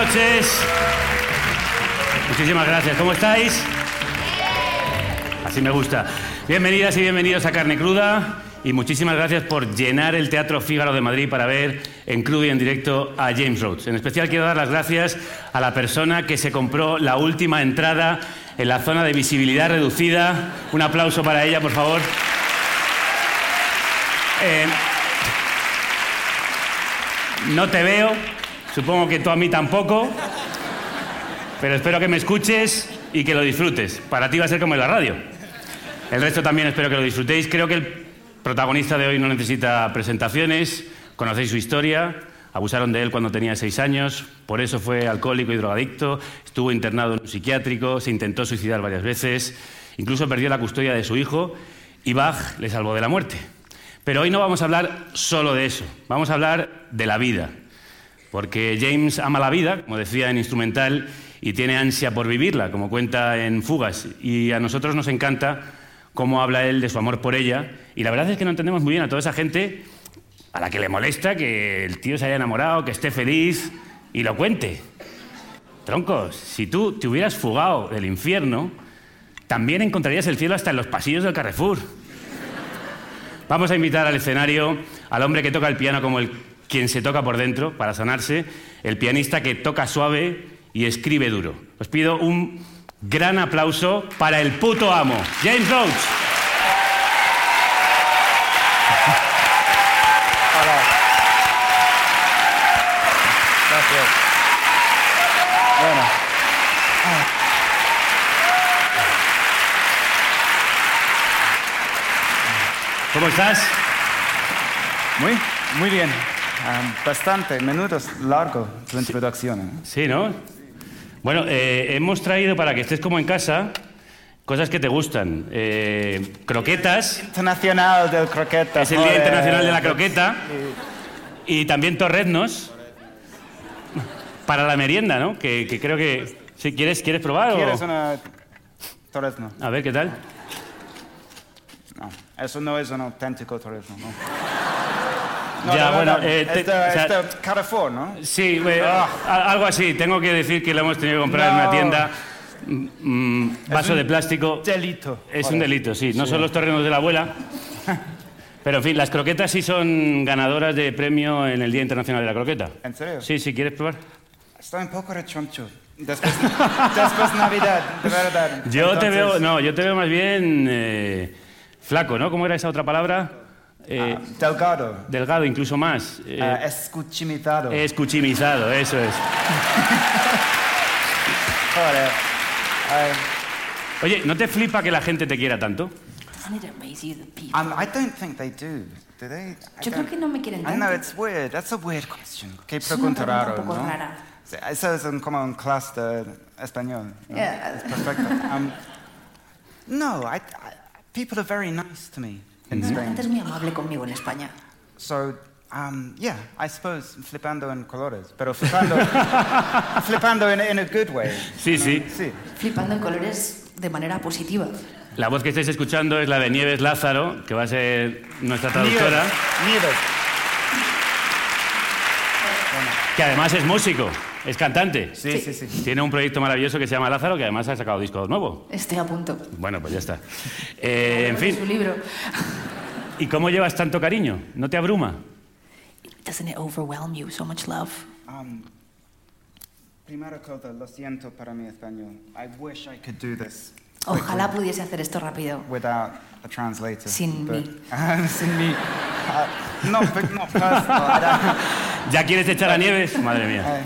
noches. Muchísimas gracias. ¿Cómo estáis? Así me gusta. Bienvenidas y bienvenidos a Carne Cruda. Y muchísimas gracias por llenar el Teatro Fígaro de Madrid para ver en crudo y en directo a James Rhodes. En especial quiero dar las gracias a la persona que se compró la última entrada en la zona de visibilidad reducida. Un aplauso para ella, por favor. No te veo, supongo que tú a mí tampoco, pero espero que me escuches y que lo disfrutes. Para ti va a ser como en la radio. El resto también espero que lo disfrutéis. Creo que el protagonista de hoy no necesita presentaciones, conocéis su historia, abusaron de él cuando tenía 6 años, por eso fue alcohólico y drogadicto, estuvo internado en un psiquiátrico, se intentó suicidar varias veces, incluso perdió la custodia de su hijo y Bach le salvó de la muerte. Pero hoy no vamos a hablar solo de eso, vamos a hablar de la vida, porque James ama la vida, como decía en Instrumental, y tiene ansia por vivirla, como cuenta en Fugas, y a nosotros nos encanta cómo habla él de su amor por ella, y la verdad es que no entendemos muy bien a toda esa gente a la que le molesta que el tío se haya enamorado, que esté feliz y lo cuente. Troncos, si tú te hubieras fugado del infierno, también encontrarías el cielo hasta en los pasillos del Carrefour. Vamos a invitar al escenario al hombre que toca el piano como quien se toca por dentro para sanarse, el pianista que toca suave y escribe duro. Os pido un gran aplauso para el puto amo, James Rhodes. Hola. Gracias. Bueno. ¿Cómo estás? Muy bien. Bastante. Minutos largo tu introducción. ¿Eh? Sí, ¿no? Bueno, hemos traído para que estés como en casa cosas que te gustan. Croquetas. Internacional del croqueta. Es el Día Internacional de la Croqueta. Y también torreznos para la merienda, ¿no? Que creo que... ¿Sí, ¿Quieres probar? ¿Quieres una torrezno? A ver, ¿qué tal? No, eso no es un auténtico torrezno, ¿no? Ya, bueno, Carrefour, ¿no? Sí, algo así. Tengo que decir que lo hemos tenido que comprar en una tienda. Vaso de plástico. Delito. Es un delito, sí. No son los torrenos de la abuela. Pero, en fin, las croquetas sí son ganadoras de premio en el Día Internacional de la Croqueta. ¿En serio? Sí, ¿quieres probar? Estoy un poco rechoncho. Después Navidad, de verdad. Yo te veo más bien flaco, ¿no? ¿Cómo era esa otra palabra? Delgado. Delgado, incluso más. Escuchimizado. Escuchimizado, eso es. Joder. Oye, ¿no te flipa que la gente te quiera tanto? I don't think they do. Do they? Yo creo que no me quieren I tanto. know, it's weird. That's a weird question. Qué Es una pregunta pregunta rara, un poco ¿no? rara. Sí, eso es como un clase de español. ¿no? Yeah. Es perfecto. No, people are very nice to me in La Spain. gente es muy amable conmigo en España. So, yeah, I suppose flipando en colores, pero flipando in a good way. Sí, sí. Sí. Flipando en colores de manera positiva. La voz que estáis escuchando es la de Nieves Lázaro, que va a ser nuestra traductora, Nieves. que además es músico, es cantante. Sí. Tiene un proyecto maravilloso que se llama Lázaro, que además ha sacado disco nuevo. Estoy a punto. Bueno, pues ya está. En Su fin, libro. ¿y cómo llevas tanto cariño? ¿No te abruma? Doesn't it overwhelm you, so much love? Primero cosa, lo siento para mi español. I wish I could do this. Ojalá pudiese hacer esto rápido. Without a translator. Sin mí. Sin mí. No personal. ¿Ya quieres echar a Nieves? Madre mía.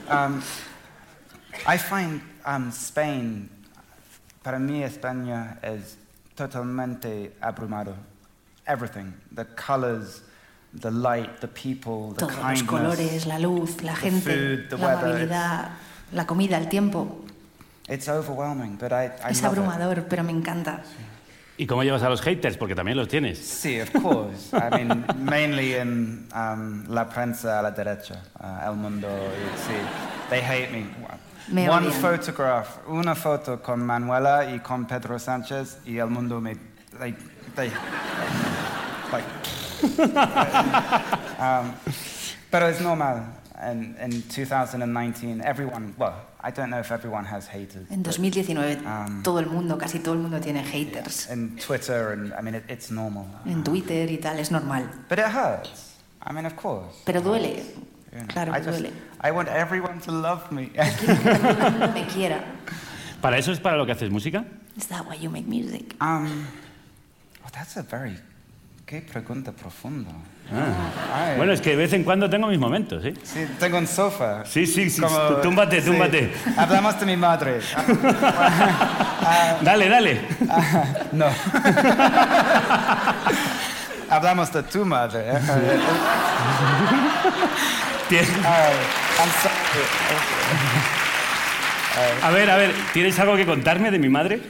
I find Spain, para mí España es totalmente abrumado. Everything, the colors, the light, the people, the Todos los kindness. colores, la luz, la gente, food, the la weather, amabilidad, la comida, el tiempo. It's overwhelming, but I Es love it. abrumador, pero me encanta. ¿Y cómo llevas a los haters? Porque también los tienes. Sí, of course. I mean, mainly in la prensa a la derecha, El Mundo. Sí, they hate me. Me One odian. photograph, una foto con Manuela y con Pedro Sánchez y El Mundo me, like, pero es normal. and in 2019, everyone, well, I don't know if everyone has haters. En 2019 todo el mundo, casi todo el mundo tiene haters. In Twitter, and I mean, it's normal. En Twitter y tal, es normal. But it hurts. I mean, of course. Pero duele. You know, Claro, duele. I want everyone to love me. Quiero que todo el mundo me quiera. ¿Para eso es para lo que haces música? Is that why you make music? Oh, that's a very... Qué pregunta profunda. Ay. Bueno, es que de vez en cuando tengo mis momentos, ¿sí? Sí, tengo un sofá. Sí, Como- túmbate, sí. túmbate. Hablamos de mi madre. Dale. No. Hablamos de tu madre. I'm sorry. A ver, ¿tienes algo que contarme de mi madre?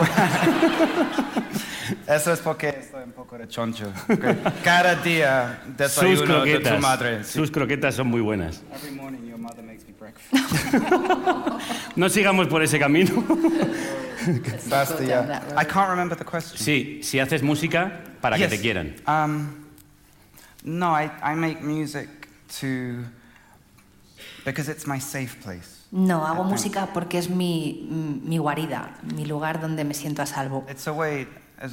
Eso es porque estoy un poco de choncho. Cada día Sus desayuno de tu croquetas. madre. Sí. Sus croquetas son muy buenas. Every morning your mother makes me breakfast. No sigamos por ese camino. That's the, I can't remember the question. Sí, si haces música para que Yes. te quieran. No, I make music to... Because it's my safe place. No, hago música porque es mi guarida, mi lugar donde me siento a salvo. It's a way...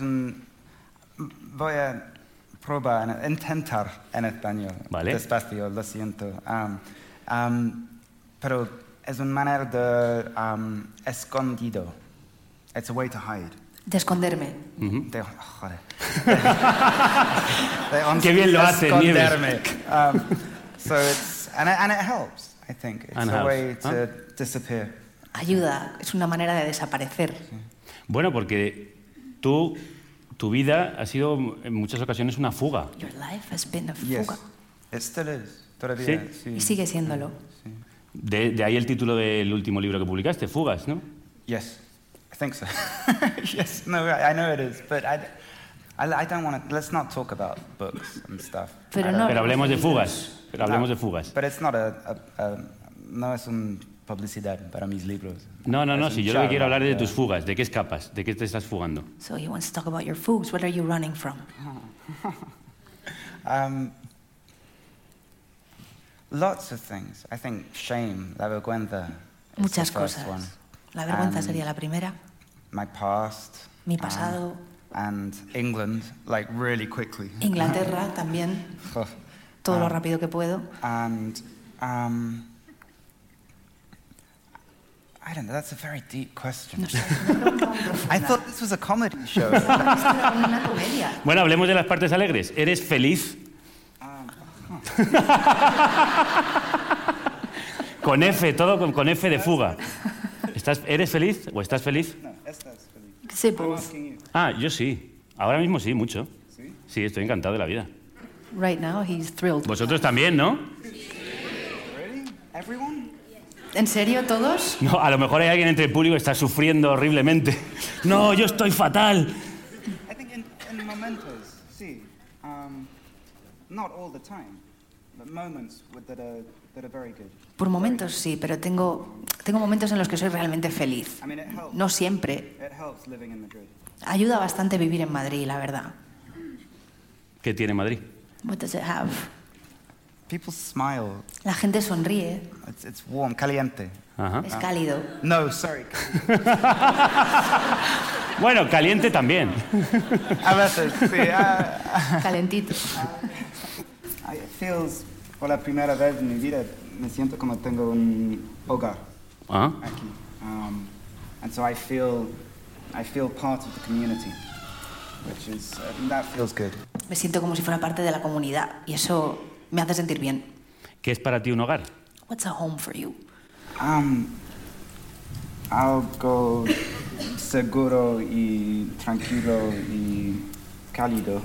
Voy a probar, intentar en español. Vale. Despacio, lo siento. Pero es una manera de escondido. It's a way to hide. De esconderme. Joder. Qué bien lo hace, Nieves. esconderme. So it's and it helps. I think it's And a helps. way to disappear. Ayuda, es una manera de desaparecer. Bueno, porque tu vida ha sido en muchas ocasiones una fuga. Your life has been a Yes, fuga. it still is. Todavía, Sí. sí. Y sigue siéndolo. De ahí el título del último libro que publicaste, Fugas, ¿no? Yes, I think so. Yes, no, I know it is, but I don't want to. Let's not talk about books and stuff. Pero I no- don't- Pero hablemos de fugas. No, But it's not no es una publicidad para mis libros. No, Es si un yo lo que charla, quiero hablar es de yeah. tus fugas. ¿De qué escapas? ¿De qué te estás fugando? So he wants to talk about your fugues. What are you running from? Lots of things. I think shame, la vergüenza. is Muchas the first cosas. one. La vergüenza Um, sería la primera. My past. Mi pasado. And England, like really quickly. Inglaterra también. Oh. Todo lo rápido que puedo. And I don't know. That's a very deep question. No sé, una pregunta muy profunda. I thought this was a comedy show. Una comedia. Bueno, hablemos de las partes alegres. ¿Eres feliz? Con F, todo con F de fuga. ¿Eres feliz o estás feliz? No, estás feliz. Say both. Ah, yo sí. Ahora mismo sí, mucho. Sí, estoy encantado de la vida. Right now he's thrilled. Vosotros también, ¿no? Really? Everyone? ¿En serio todos? No, a lo mejor hay alguien entre el público que está sufriendo horriblemente. No, yo estoy fatal. I think in momentos, sí. Not all the time, but moments that are very good. Por momentos sí, pero tengo momentos en los que soy realmente feliz. I mean, it helps. No siempre. It helps living in Madrid. Ayuda bastante vivir en Madrid, la verdad. ¿Qué tiene Madrid? What does it have? People smile. La gente sonríe, It's warm, caliente. Ajá. es cálido. No, sorry. Bueno, caliente también. A veces, sí. Calentito. It feels, por la primera vez en mi vida, me siento como tengo un hogar Ah, aquí. And so I feel part of the community, which is, that feels good. Me siento como si fuera parte de la comunidad y eso me hace sentir bien. ¿qué es para ti un hogar? What's a home for you? Algo seguro y tranquilo y cálido.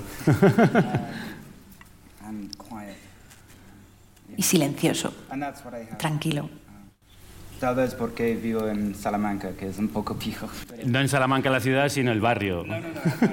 And quiet. Y silencioso, And that's what I have. tranquilo. Tal vez porque vivo en Salamanca, que es un poco pijo. No en Salamanca la ciudad, sino el barrio. No.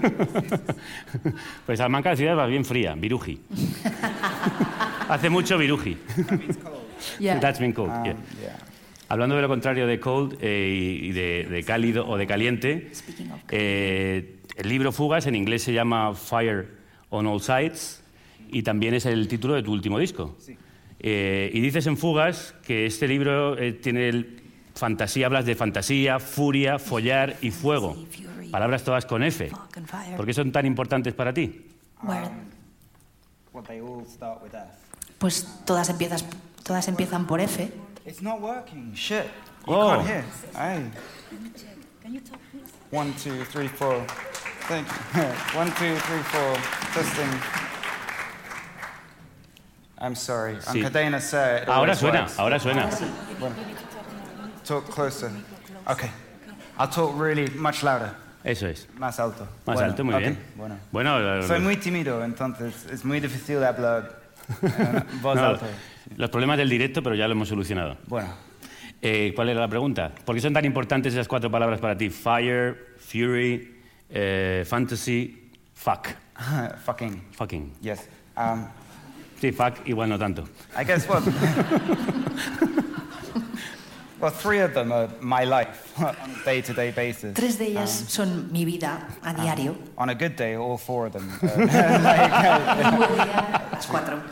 Pues Salamanca la ciudad va bien fría, viruji. Hace mucho viruji. Yeah. That's been cold, yeah. Yeah. Hablando de lo contrario de cold y de cálido o de caliente, Speaking of el libro Fugas en inglés se llama Fire on All Sides y también es el título de tu último disco. Sí. Y dices en Fugas que este libro tiene fantasía, hablas de fantasía, furia, follar y fuego. Palabras todas con F. ¿Por qué son tan importantes para ti? Where- Well, they all start with F. Pues todas empiezan por F. It's not working. Shit. You Oh. can't hear. Hey. 1, 2, 3, 4. Thank you. 1, 2, 3, 4. Testing. I'm sorry. Sí. Cadena said it Ahora always suena, works. ahora suena. Bueno. Talk closer. Okay. I'll talk really much louder. Eso es. Más alto. Más Bueno, alto, muy ok, bien. Bueno. Bueno, Soy muy tímido, entonces es muy difícil hablar voz no, alta. los problemas del directo, pero ya lo hemos solucionado. Bueno. ¿Cuál era la pregunta? ¿Por qué son tan importantes esas 4 palabras para ti? Fire, fury, fantasy, fuck. Fucking. Fucking. Yes. Sí, fuck igual no tanto. I guess what? Well, 3 of them are my life on a day-to-day basis. 3 de ellas son mi vida a diario. On a good day, all 4 of them. Un buen día, las 4.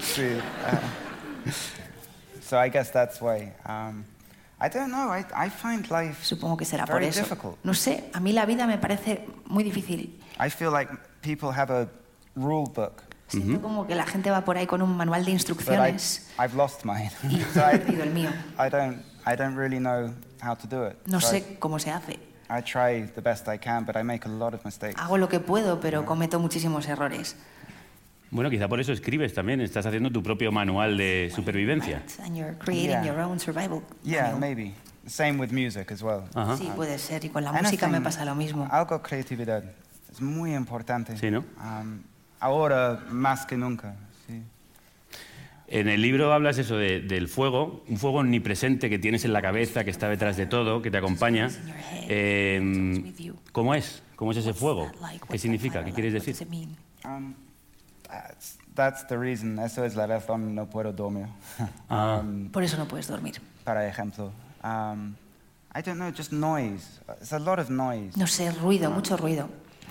So I guess that's why. I don't know. I find life Supongo que será por very eso. difficult. No sé, a mí la vida me parece muy difícil. I feel like people have a rule book, Siento como que la gente va por ahí con un manual de but instrucciones I've lost mine. y So he perdido el mío. I don't really know how to do it. No So sé cómo se hace. I try the best I can, but I make a lot of mistakes. Hago lo que puedo, pero cometo muchísimos errores. Bueno, quizá por eso escribes también. Estás haciendo tu propio manual de supervivencia. And you're creating Yeah. your own survival Yeah, manual. maybe. Same with music as well. Ajá. Sí, puede ser. Y con la música me pasa lo mismo. Algo creatividad. Es muy importante. Sí, ¿no? Ahora más que nunca. Sí. En el libro hablas eso del fuego, un fuego omnipresente que tienes en la cabeza, que está detrás de todo, que te acompaña. ¿Cómo es? ¿Cómo es ese fuego? ¿Qué significa? ¿Qué quieres decir? That's the reason. Eso es la razón no puedo dormir. Por eso no puedes dormir. Para ejemplo. I don't know, just noise. It's a lot of noise. No sé, ruido, mucho ruido.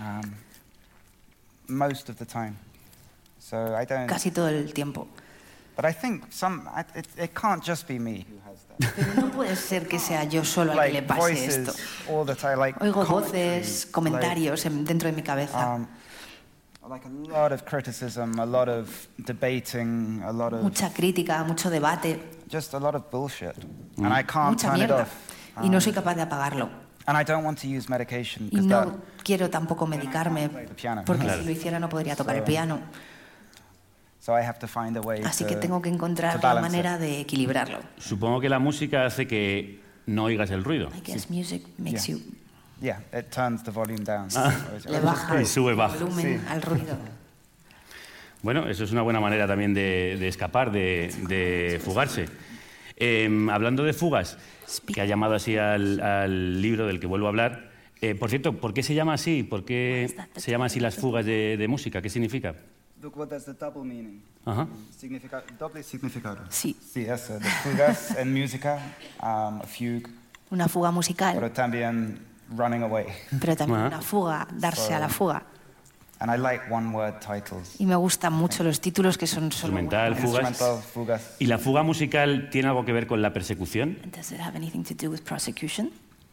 Most of the time. So I don't. Casi todo el tiempo. But I think it can't just be me who has that. Pero no puede ser que sea yo solo al que le pase voices esto. all the time, like Oigo commentaries, voces, comentarios dentro de mi cabeza. like a lot of criticism, a lot of debating, a lot of Mucha crítica, mucho debate, just a lot of bullshit, and I can't mucha turn it mierda. off. Y no soy capaz de apagarlo. And I don't want to use medication Y because that no quiero tampoco medicarme, the piano. porque Claro. si lo hiciera no podría tocar el piano. So I have to find a way Así to, que tengo que to encontrar la balance manera it. de equilibrarlo. Supongo que la música hace que no oigas el ruido. I guess music makes Yeah. you... Yeah, it turns the volume down. Le baja Y sube, el baja. volumen Sí. al ruido. Bueno, eso es una buena manera también de escapar, de fugarse. Hablando de fugas, que ha llamado así al libro del que vuelvo a hablar. Por cierto, ¿por qué se llama así? ¿Por qué se llama así las fugas de música? ¿Qué significa? Look, what there's the double meaning. Ajá. Doble significado. Sí, Sí, eso. De fugas en música, a fugue, una fuga musical, pero también running away. pero también Ajá. una fuga, darse a la fuga. And I like one-word titles. Y me gustan mucho los títulos que son solo... Instrumental, fugas. Instrumental, fugas. ¿Y la fuga musical tiene algo que ver con la persecución? Does it have anything to do with prosecution?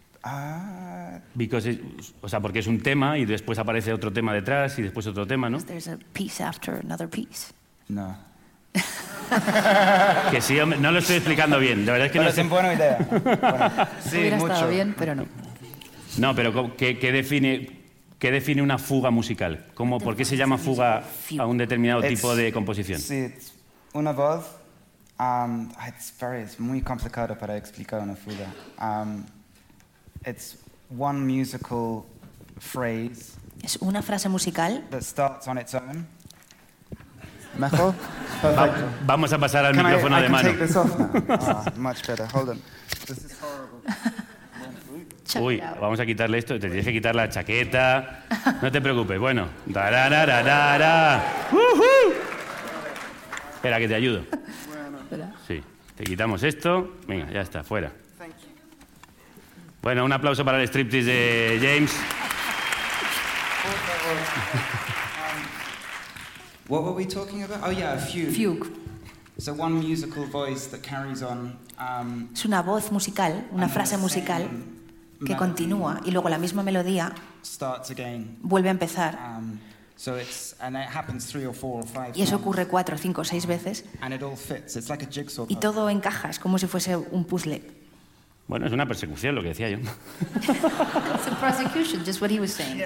Porque es un tema y después aparece otro tema detrás y después otro tema, ¿no? There's a piece after another piece. No. Que sí, hombre, no lo estoy explicando bien. La verdad es que Pero no es sé. una buena idea. Bueno, sí, Hubiera mucho. estado bien, pero no. No, pero ¿qué define una fuga musical? ¿Por qué se llama fuga a un determinado tipo de composición? Sí, es una voz. Es muy complicado para explicar una fuga. It's one musical phrase Es una frase musical that starts on its own. Mejor? Perfecto. Vamos a pasar al Can micrófono I de can mano. take this off now? Much better. Hold on. This is horrible. Uy, vamos a quitarle esto. Te tienes que quitar la chaqueta. No te preocupes. Bueno. Dararararara. ¡Uhú! Espera, que te ayudo. Sí. Te quitamos esto. Venga, ya está, fuera. Bueno, un aplauso para el striptease de James. What were we talking about? Oh yeah, a fugue. fugue. So one musical voice that carries on. Es una voz musical, una frase musical que continúa y luego la misma melodía starts again. vuelve a empezar. And it happens 3 or 4 or 5 Y eso ocurre 4, 5, 6 veces. And it all fits. It's like a jigsaw Y puzzle. todo encaja, es como si fuese un puzzle. Bueno, es una persecución, lo que decía yo. It's a prosecution, just what he was saying.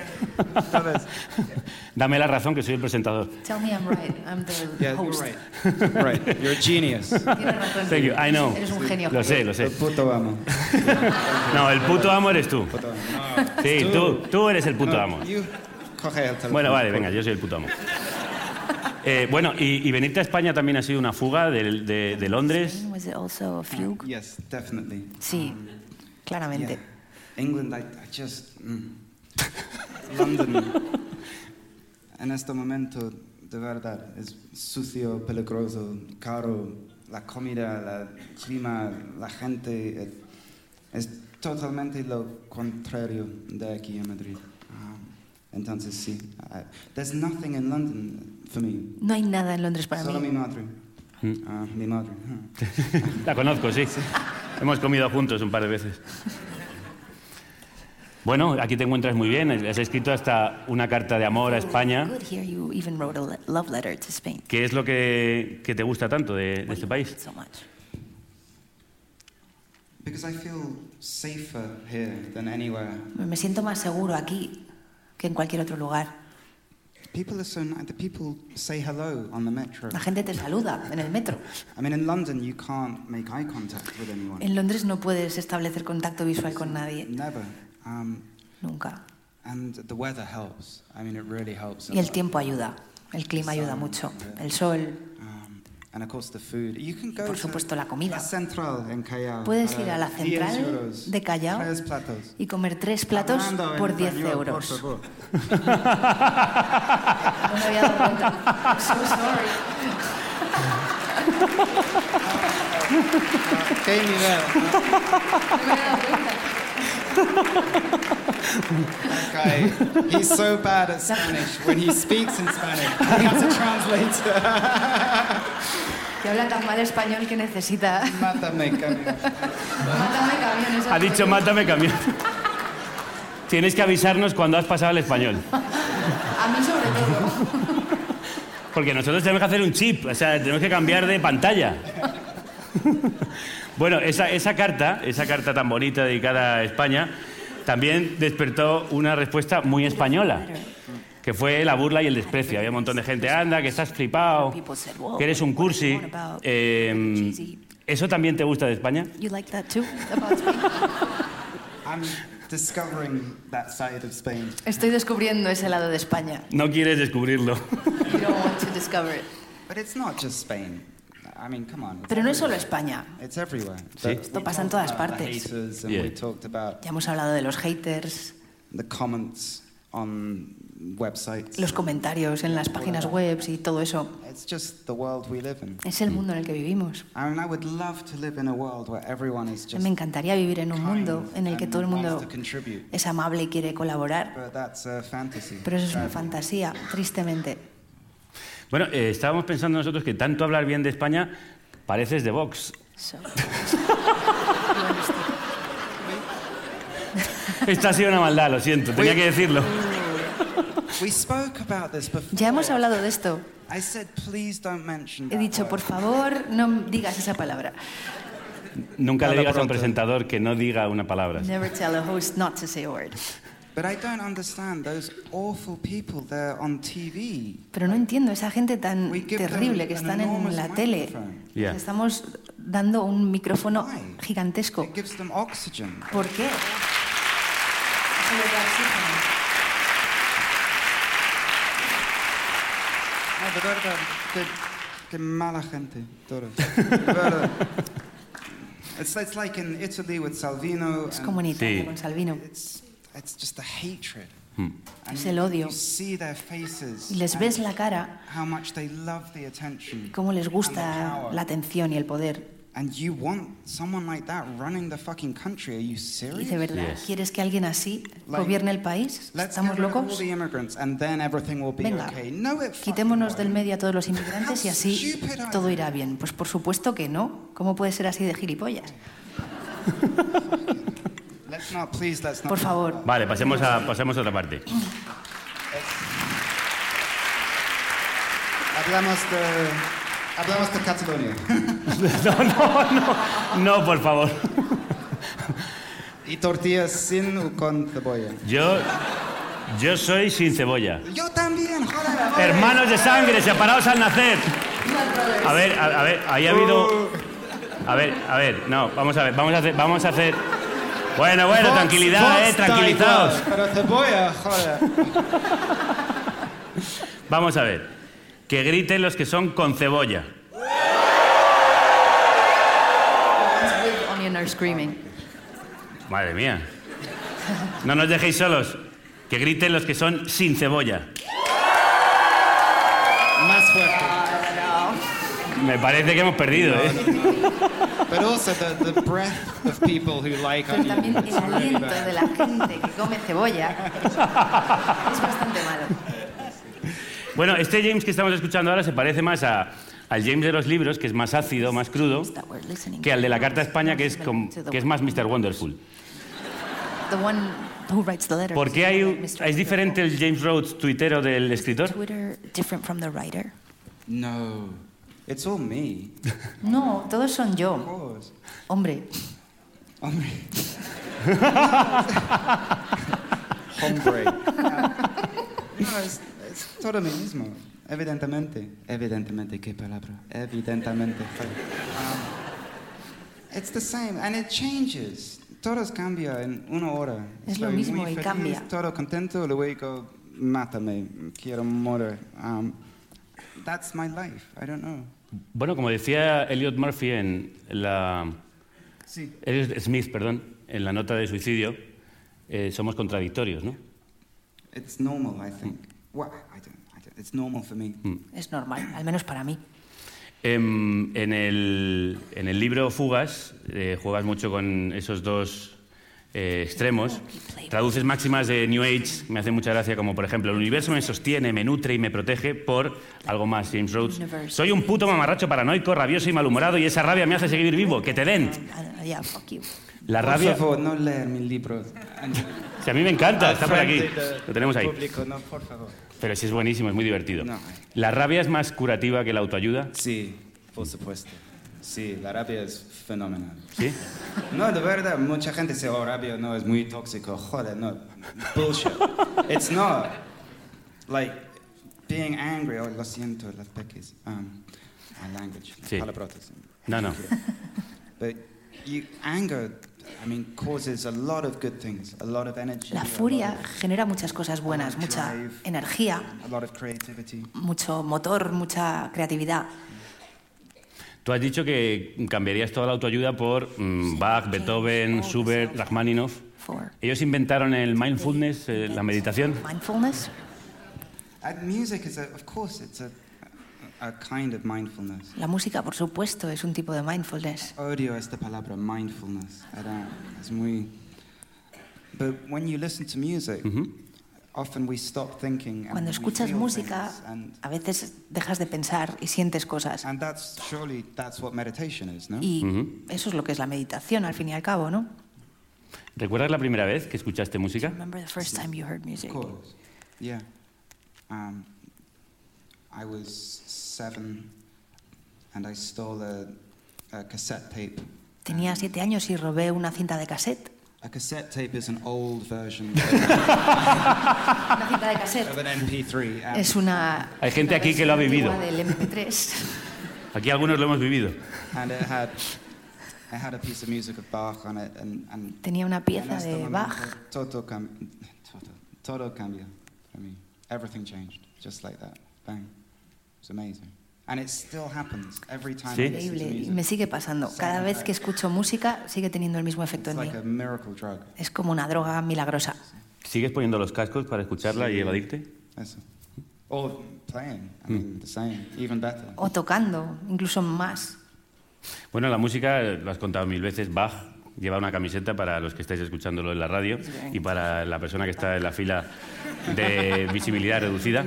Dame la razón, que soy el presentador. Tell me I'm right, I'm the Yeah, you're host. right. Right, you're a genius. Tienes razón. Thank you, I know. Eres un genio. Lo sé. El puto amo. No, el puto amo eres tú. Puto amo. No, Sí, tú eres el puto amo. You coge el teléfono. Bueno, vale, venga, yo soy el puto amo. Bueno, y venirte a España también ha sido una fuga de Londres. Was it also a fugue? Yes, definitely. Sí, claramente. Yeah. England, I just... London, en este momento, de verdad, es sucio, peligroso, caro. La comida, el clima, la gente, es totalmente lo contrario de aquí en Madrid. Entonces sí, there's nothing in London for me. No hay nada en Londres para Solo mí. mi madre. Mi madre. La conozco, sí. Hemos comido juntos un par de veces. Bueno, aquí te encuentras muy bien. Has escrito hasta una carta de amor a España. Good, here you even wrote a love letter to Spain. ¿Qué es lo que te gusta tanto de este país? So much. Because I feel safer here than anywhere. Me siento más seguro aquí que en cualquier otro lugar. People are so nice. The people say hello on the metro. La gente te saluda en el metro. I mean, in London, you can't make eye contact with anyone. En Londres no puedes establecer contacto visual con nadie. Never. Nunca. And the weather helps. I mean, it really helps. Y el tiempo ayuda. El clima ayuda mucho. El sol. And of course the food. You can go Por supuesto, la comida. La Central en Callao. Puedes ir a la 10 central euros, de Callao 3 platos. y comer 3 platos Hablando en por 10 español, euros. por favor. No me había dado cuenta. I'm so sorry. Qué nivel. No me había dado cuenta. Okay. He's so bad at Spanish. When he speaks in Spanish, he has a translator. Que habla tan mal español que necesita... Mátame, camión. Mátame, camión. Ha dicho mátame camión. Tienes que avisarnos cuando has pasado el español. A mí sobre todo. Porque nosotros tenemos que hacer un chip, o sea, tenemos que cambiar de pantalla. Bueno, esa carta tan bonita dedicada a España, también despertó una respuesta muy española, que fue la burla y el desprecio. Había un montón de gente, anda, que estás flipado, que eres un cursi. ¿Eso también te gusta de España? You like that too, about Spain? I'm discovering that side of Spain. Estoy descubriendo ese lado de España. No quieres descubrirlo. You don't want to discover it. But it's not just Spain. I mean, come on. Pero no es solo España. It's everywhere. Sí. Esto pasa en todas partes. Yeah. We talked about Ya hemos hablado de los haters, the comments on websites. los comentarios en las páginas web y todo eso. It's just the world we live in. Es el mundo en el que vivimos. I mean, I would love to live in a world where everyone is just Me encantaría vivir en un mundo en el que todo el mundo wants to contribute. es amable y quiere colaborar, But that's a fantasy. pero eso es una fantasía, tristemente. Bueno, estábamos pensando nosotros que tanto hablar bien de España, pareces de Vox. So, Esta ha sido una maldad, lo siento, tenía que decirlo. We spoke about this before. ya hemos hablado de esto. I said, please don't mention He that dicho, word. por favor, no digas esa palabra. Nunca le Nada digas a un pronto. presentador que no diga una palabra. Never tell a host not to say a word. But I don't understand those awful people there on TV. Pero no entiendo, esa gente tan We give them terrible que an están enormous en la tele. microphone. Yeah. Les estamos dando un micrófono Why? gigantesco. It gives them oxygen. ¿Por qué? Eso les da oxígeno. No, de verdad, qué mala gente, todos. De verdad. It's like in Italy with Salvino. Es and como en Italia Sí. con Salvino. It's just the hatred. Hmm. And Es el odio. You see their faces. Y les ves la cara, How much they love the attention. cómo les and the gusta power. la atención y el poder. And you want someone like that running the fucking country? Are you Y serious? de verdad, Yes. ¿quieres que alguien así Like, gobierne el país? Let's ¿Estamos get rid of all locos? the immigrants and then everything will be Venga, okay. No, it quitémonos fucking del medio a todos los inmigrantes y así How stupid todo are irá bien. Pues por supuesto que no. ¿Cómo puede ser así de gilipollas? Let's not, please, let's not. Por favor. Vale, pasemos a otra parte. Hablamos de Cataluña. No, por favor. Y tortillas sin o con cebolla. Yo soy sin cebolla. Yo también, joder. Hermanos de sangre, separados al nacer. A ver, ahí ha habido... A ver, no, vamos a hacer... Bueno, tranquilidad, tranquilizaos. Pero cebolla, joder. Vamos a ver. Que griten los que son con cebolla. With onion are screaming. Madre mía. No nos dejéis solos. Que griten los que son sin cebolla. Más fuerte. Me parece que hemos perdido, ¿eh? But also the breath of people who like Pero también onions. el aliento de la gente que come cebolla es bastante malo. Bueno, este James que estamos escuchando ahora se parece más al James de los libros, que es más ácido, más crudo, That we're listening que al de la Carta a España, que to the es más Mr. Wonderful. The one who writes the letters. ¿Por qué es diferente el James Rhodes tuitero del escritor? Twitter different from the writer? No, it's all me. No, todos son Of yo. course. Hombre, Hombre. Hombre. No, es todo lo mismo. Evidentemente, ¿qué palabra? Evidentemente. It's the same, and it changes. Todo cambia en una hora. Es lo Estoy mismo muy y feliz, cambia. Todo contento, luego mátame, quiero morir. That's my life, I don't know. Bueno, como decía Elliot Murphy Sí. Elliot Smith, perdón, en la nota de suicidio, somos contradictorios, ¿no? It's normal, I think. Well, I don't. It's normal for me. es normal, al menos para mí. En el libro Fugas juegas mucho con esos dos extremos. Traduces máximas de New Age, me hace mucha gracia, como por ejemplo, el universo me sostiene, me nutre y me protege, por algo más, James Rhodes. Soy un puto mamarracho paranoico, rabioso y malhumorado, y esa rabia me hace seguir vivo, que te den. Yeah, fuck you. La rabia... Por favor, no leer mis libros. Si a mí me encanta, está por aquí. Lo tenemos ahí. Público, no, por favor. Pero sí es buenísimo, es muy divertido. No. ¿La rabia es más curativa que la autoayuda? Sí, por supuesto. Sí, la rabia es fenomenal. ¿Sí? No, de verdad, mucha gente dice, oh, rabia no, es muy tóxico. Joder, no. Bullshit. It's not. Like, being angry, oh, lo siento, las peques. My language, Sí. palabrotas. No. But anger, I mean, causes a lot of good things, a lot of energy. La furia genera muchas cosas buenas, mucha energía, A lot of creativity. mucho motor, mucha creatividad. Tú has dicho que cambiarías toda la autoayuda por Bach, Beethoven, Schubert, Rachmaninoff. For Ellos inventaron el mindfulness, la meditación. mindfulness. Music is, of course, it's a kind of mindfulness. La música, por supuesto, es un tipo de mindfulness. Odio esta palabra, mindfulness. Es muy... But when you listen to music, often we stop thinking and Cuando we escuchas feel música, things, a veces dejas de pensar y sientes cosas. and surely that's what meditation is, no? Y eso es lo que es la meditación, al fin y al cabo, ¿no? ¿Recuerdas la primera vez que escuchaste música? Remember the first time you heard music? Of course. Yeah. I was 7 and I stole a cassette tape. Tenía 7 años y robé una cinta de cassette. A cassette tape is an old version Una cinta de cassette of an MP3. es una... Hay gente aquí que lo ha vivido. antigua del MP3. Aquí algunos lo hemos vivido. And it had a piece of music of Bach on it, and Tenía una en pieza este de momento, Bach. todo cambió for me. Everything changed, just like that. Bang. It's amazing. And it still happens every time Sí. I listen to Increíble, y music. me sigue pasando. Cada vez que escucho música sigue teniendo el mismo efecto It's en mí. like a miracle drug. Es como una droga milagrosa. ¿Sigues poniendo los cascos para escucharla y evadirte? Eso. Or playing, I mean, the same, even better. O tocando, incluso más. Bueno, la música, lo has contado 1000 veces, Bach lleva una camiseta para los que estáis escuchándolo en la radio y para la persona que está en la fila de visibilidad reducida.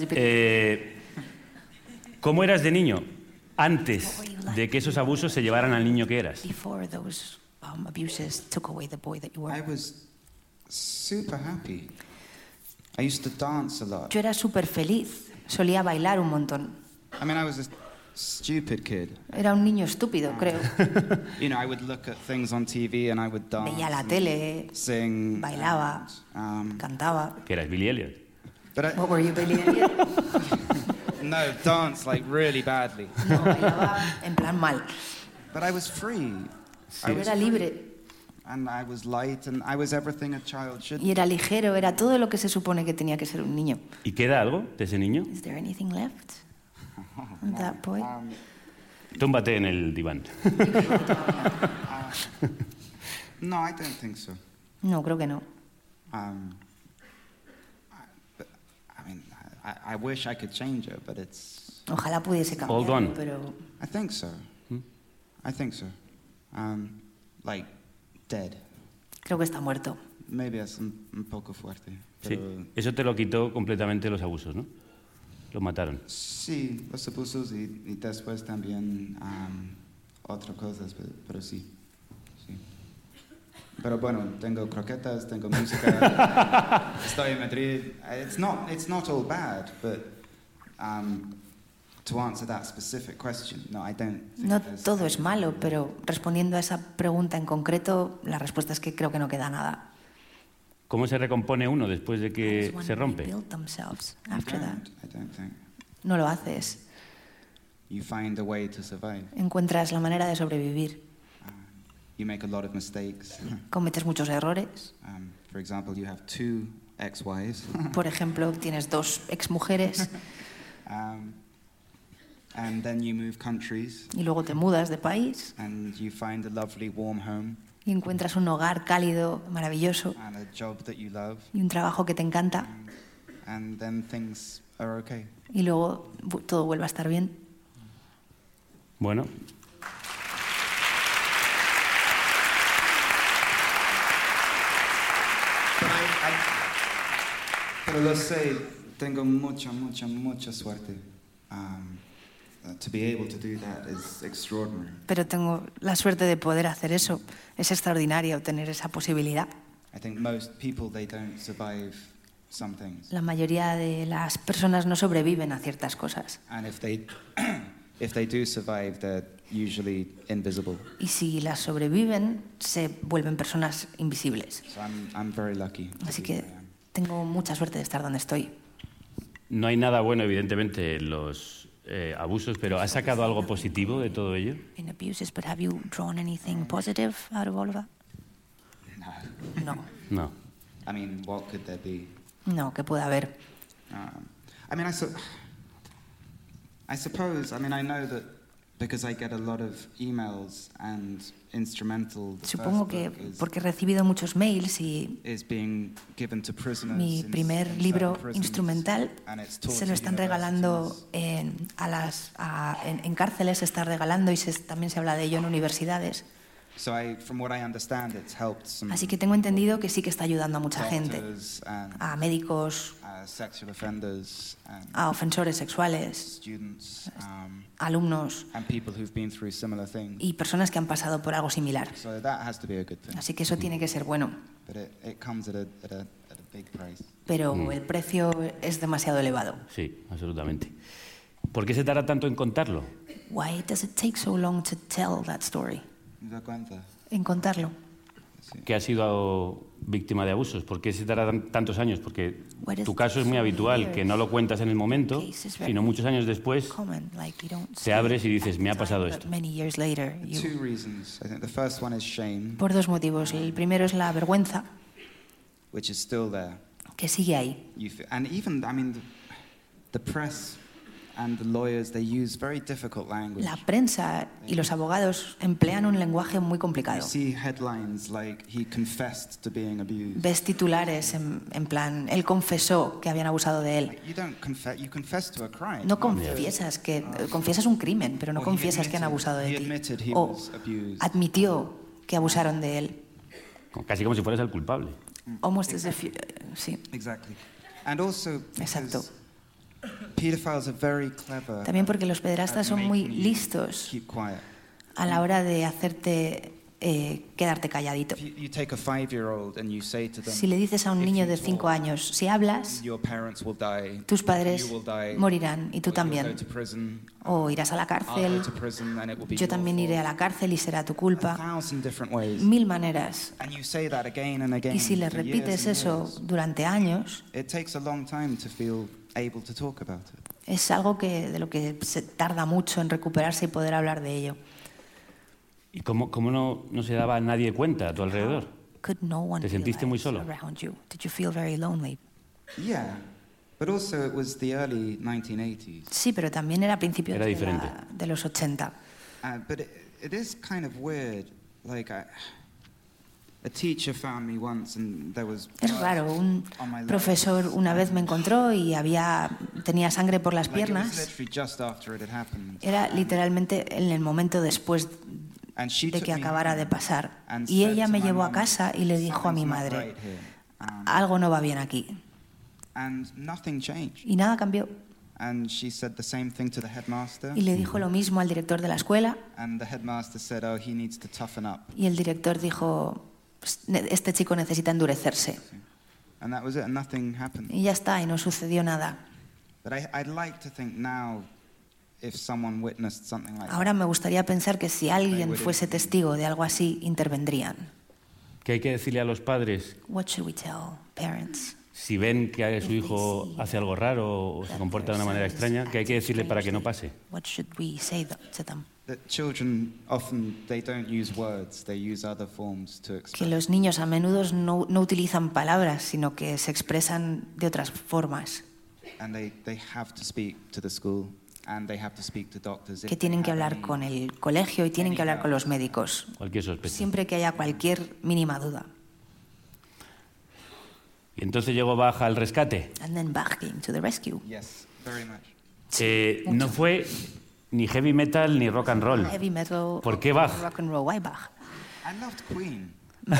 ¿Cómo eras de niño antes de que esos abusos se llevaran al niño que eras? Before those abuses took away the boy that you were. I was super happy. I used to dance a lot. Yo era súper feliz, solía bailar un montón. I mean, I was a stupid kid. Era un niño estúpido, creo. You know, I would look at things on TV and I would dance. Veía la tele, sing, bailaba, cantaba. Que eras Billy Elliot. But What were you, Billy Elliot? no, dance like really badly. No, bailaba en plan mal. But I was free. Sí. Era libre And I was light and I was everything a child should y era ligero, era todo lo que se supone que tenía que ser un niño. ¿Y queda algo de ese niño? Is there anything left of that boy? be. Túmbate en el diván. No, I don't think so. No, creo que no. I mean, I wish I could change it, but it's. Ojalá pudiese All gone. cambiar, pero I think so. I think so. Like dead. creo que está muerto. Maybe es un poco fuerte. Sí. Pero Eso te lo quitó completamente los abusos, ¿no? Lo mataron. sí, los abusos y después también otras cosas, pero sí. Sí. Pero bueno, tengo croquetas, tengo música, estoy en Madrid. It's not all bad, but to answer that specific question, no, I don't think No there's todo es anything malo, wrong. pero respondiendo a esa pregunta en concreto, la respuesta es que creo que no queda nada. ¿Cómo se recompone uno después de How que does one se rompe? rebuild themselves I after that? don't think. No lo haces. You find a way to survive. Encuentras la manera de sobrevivir. You make a lot of mistakes. Cometes muchos errores. For example, you have 2 ex-wives. Por ejemplo, tienes 2 exmujeres And then you move countries y luego te mudas de país and you find a lovely warm home y encuentras un hogar cálido, maravilloso and a job that you love, y un trabajo que te encanta and then things are okay. y luego todo vuelve a estar bien. Bueno, Pero lo sé, tengo mucha suerte. To be able to do that is extraordinary. Pero tengo la suerte de poder hacer eso. Es extraordinario tener esa posibilidad. I think most people, they don't survive some things. La mayoría de las personas no sobreviven a ciertas cosas. And if they do survive, they're usually invisible. Y si las sobreviven, se vuelven personas invisibles. So I'm very lucky. to Así be que where I am. tengo mucha suerte de estar donde estoy. no hay nada bueno, evidentemente, en los abusos, pero ¿has sacado algo positivo de todo ello? In abuses, but have you drawn anything positive out of all of that? No. No. No. I mean, what could there be? No, que pueda haber. I mean, I suppose, I mean, I know that because I get a lot of emails and instrumental, the Supongo first que book porque he recibido muchos mails y is being given to prisoners mi in primer certain libro prisons, instrumental and it's taught se lo to están regalando universities. en cárceles, se está regalando y también se habla de ello en universidades. So from what I understand, it's helped some Así que tengo entendido que sí que está ayudando a mucha gente, doctors and a médicos, sexual offenders and a ofensores sexuales, students alumnos and people who've been through similar things. y personas que han pasado por algo similar. So that has to be a good thing. Así que eso tiene que ser bueno, But it comes at a big price. pero el precio es demasiado elevado. Sí, absolutamente. ¿Por qué se tarda tanto en contarlo? Why does it take so long to tell that story? ¿Me das cuenta? En contarlo. Sí. ¿Que has sido víctima de abusos? ¿Por qué se tarda tantos años? Porque What is tu caso es muy so habitual, weird? que no lo cuentas en el momento, Case is very sino muchos años después Common, like you don't te say abres y it dices, at me ha the pasado time, esto. but many years later, you- 2 reasons. I think the first one is shame, por 2 motivos. El primero es la vergüenza, which is still there. que sigue ahí. And even, I mean, the press and the lawyers, they use very difficult language. La prensa y los abogados emplean un lenguaje muy You complicado. see headlines like he confessed to being abused. Ves titulares en plan, él confesó que habían abusado de él. Like, you don't confess, you confess to a crime. No confiesas confiesas un crimen, pero no Or he confiesas que han admitted- abusado de he ti. admitted he O was abused. admitió que abusaron de él. Casi como si fueras el culpable. Almost as if sí. Exactly. And also Exacto. because pedophiles are very clever También porque los at pederastas son muy making you listos keep quiet. a la hora de hacerte quedarte calladito. If you take a 5-year-old and you say to them, Si le dices a un "If niño you de 5 talk, años, si hablas, your parents will die, tus you padres will die, morirán y tú or you'll también. go to prison, O irás a la I'll cárcel, go to prison and it will be yo your también iré a fault." la cárcel y será tu A culpa. 1,000 different ways. 1000 maneras. And you say that again and again Y si le for years repites and eso years, durante años, it takes a long time to feel able to talk about it. es algo de lo que se tarda mucho en recuperarse y poder hablar de ello. ¿Y cómo no se daba nadie cuenta a tu alrededor? Could no one ¿Te sentiste muy solo? around you? Did you feel very lonely? Yeah, but also it was the early 1980s. Sí, pero también era a principios Era diferente. de los 80. But it is kind of weird. Like a teacher found me once and there was Es blood raro, un on my legs. profesor una vez me encontró y tenía sangre por las Like, it was piernas. literally just after it had happened. Era literalmente en el momento después And she de took que me acabara home de pasar. and Y said ella to me my llevó a mum, casa y le dijo a mi "Something's not madre, right here." algo no va bien aquí. And nothing changed. Y nada cambió. And she said the same thing to the headmaster. Y le dijo lo mismo al director de la escuela And the headmaster said, "Oh, he needs to toughen up." y el director dijo, este chico necesita endurecerse. And that was it. And nothing happened. Y ya está, y no sucedió nada. But I'd like to think now, if someone witnessed something like Ahora me gustaría pensar que si alguien would fuese testigo de algo así, intervendrían. ¿Qué hay que decirle a los padres What should we tell parents? si ven que su hijo hace algo raro o se comporta de una manera extraña? ¿Qué hay que decirle para que no pase? What should we say to them? that children often they don't use words, they use other forms to Que express. los niños a menudo no utilizan palabras, sino que se expresan de otras formas. And they have to speak to the school and they have to speak to doctors. if Que they tienen que have hablar any- con el colegio y tienen que hablar con los médicos. Cualquier sospecha. Siempre que haya cualquier mínima duda. Y entonces llegó Bach al rescate. And then Bach came to the rescue. Yes, very much. No fue ni heavy metal ni rock and roll. Heavy metal, ¿Por qué Bach? rock and roll. Why Bach? I loved Queen.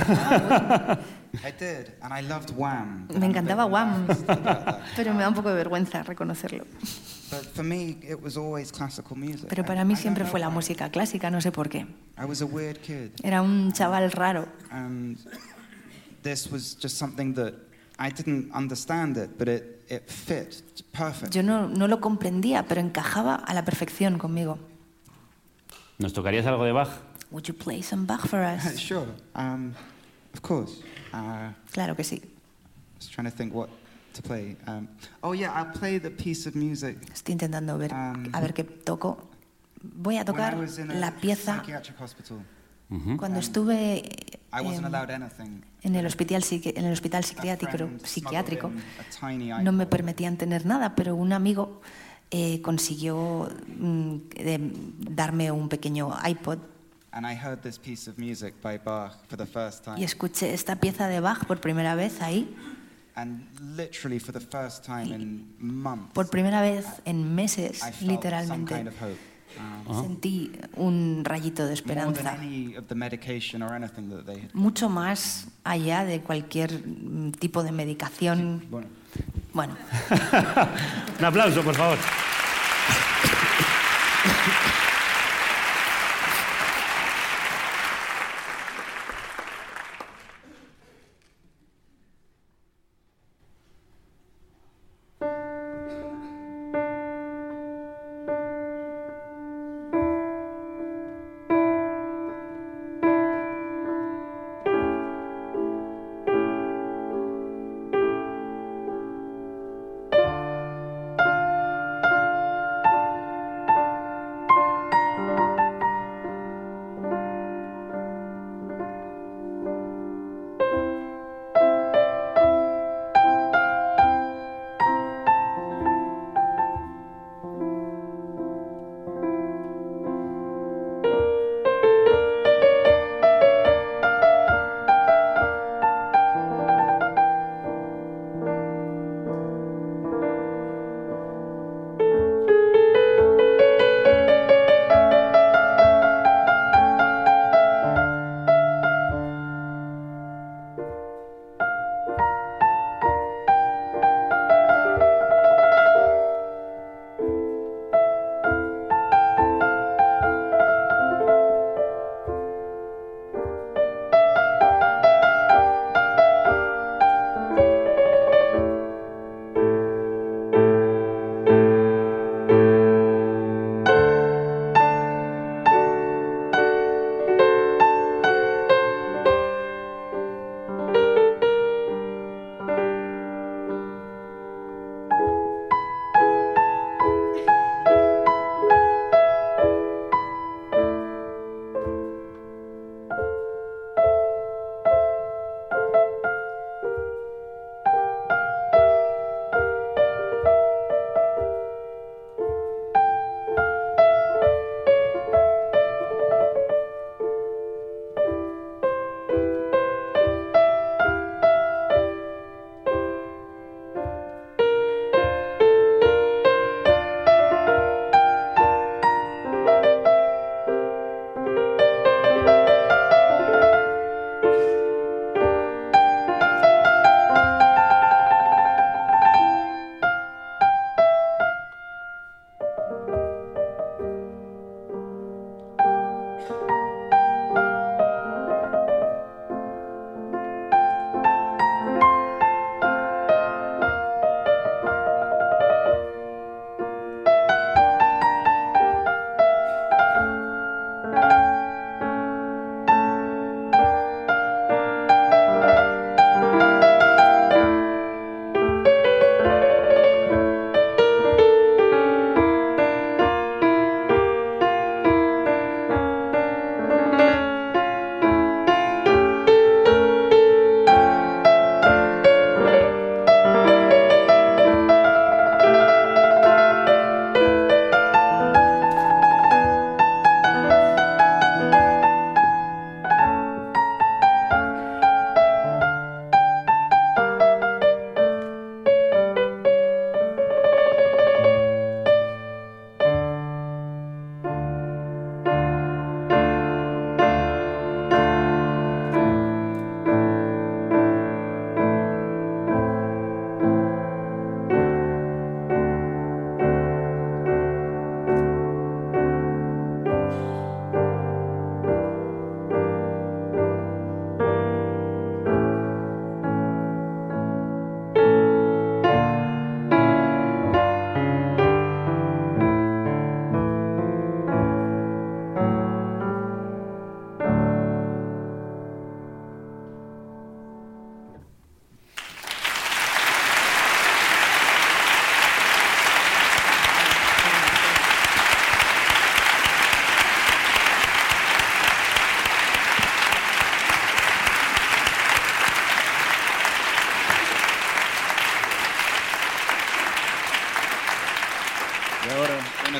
I did, and I loved Wham. Me encantaba Wham, About that. pero me da un poco de vergüenza reconocerlo. But for me, it was always classical music. Pero I- para mí I don't siempre know fue la why. música clásica, no sé por qué. I was a weird kid, Era un chaval raro. and this was just something that I didn't understand it, but it fit perfect. Yo no lo comprendía, pero encajaba a la perfección conmigo. ¿Nos tocarías algo de Bach? Would you play some Bach for us? Sure, of course. Claro que sí. Just trying to think what to play. Oh yeah, I'll play the piece of music. Estoy intentando ver a ver qué toco. Voy a tocar When I was in a la pieza psychiatric hospital, Ujú. cuando estuve I wasn't allowed anything. en el hospital psiquiátrico. A friend smuggled in a tiny No me iPod. permitían tener nada, pero un amigo consiguió darme un pequeño iPod And I heard this piece of music by Bach for the first time. y escuché esta pieza de Bach por primera vez ahí, And literally for the first time in months, por primera vez en meses, I felt some literalmente. kind of hope. Sentí un rayito de More than esperanza, any of the medication or anything that they had. mucho más allá de cualquier tipo de medicación. Bueno, Bueno, Un aplauso, por favor.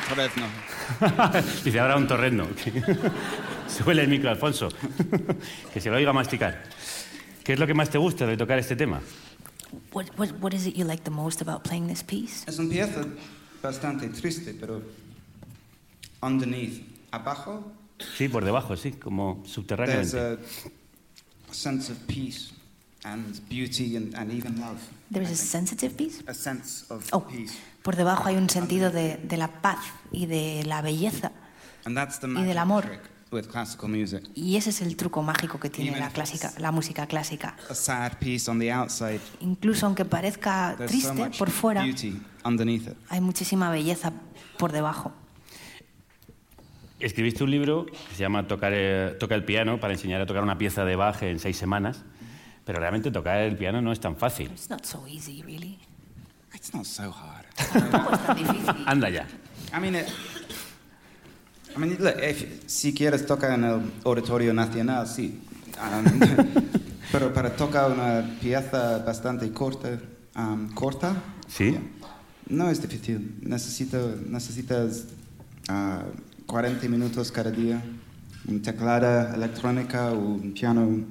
torrezno. Dice, ahora un torrendo. Suele el micro, Alfonso. Que se lo oiga masticar. ¿Qué es lo que más te gusta de tocar este tema? What is it you like the most about playing this piece? Es una pieza bastante triste, pero underneath, abajo, Sí, por debajo, sí, como there's subterráneamente. a sense of peace and beauty and even love. There is I a think. sensitive piece. A sense of Oh, peace. por debajo hay un sentido de la paz y de la belleza. And that's the del magic amor. trick with classical music. Y ese es el truco mágico que tiene Even la if clásica, it's- la música clásica. A sad piece on the outside, Incluso aunque parezca there's so triste much por fuera, beauty underneath it. hay muchísima belleza por debajo. Escribiste un libro que se llama Toca el piano para enseñar a tocar una pieza de Bach en 6 semanas, pero realmente tocar el piano no es tan fácil. It's not so easy, really. It's not so hard. Tampoco es tan difícil. Anda ya. I mean, look, si quieres tocar en el Auditorio Nacional, sí. Pero para tocar una pieza bastante corta, ¿Sí? no es difícil. Necesitas 40 minutos cada día, un teclado electrónica, un piano,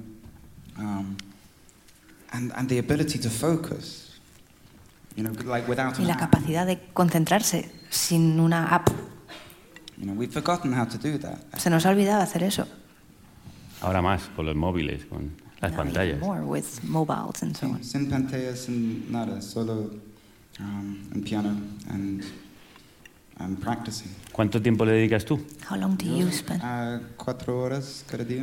and the ability to focus. You know, like without Y an la app. capacidad de concentrarse sin una app. You know, we've forgotten how to do that. Se nos ha olvidado hacer eso. Ahora más, con los móviles, con las Now pantallas. even more with mobiles and so on. Sin pantallas, sin nada, solo un piano and practicing. ¿Cuánto tiempo le dedicas tú? How long do you spend? 4 horas cada día.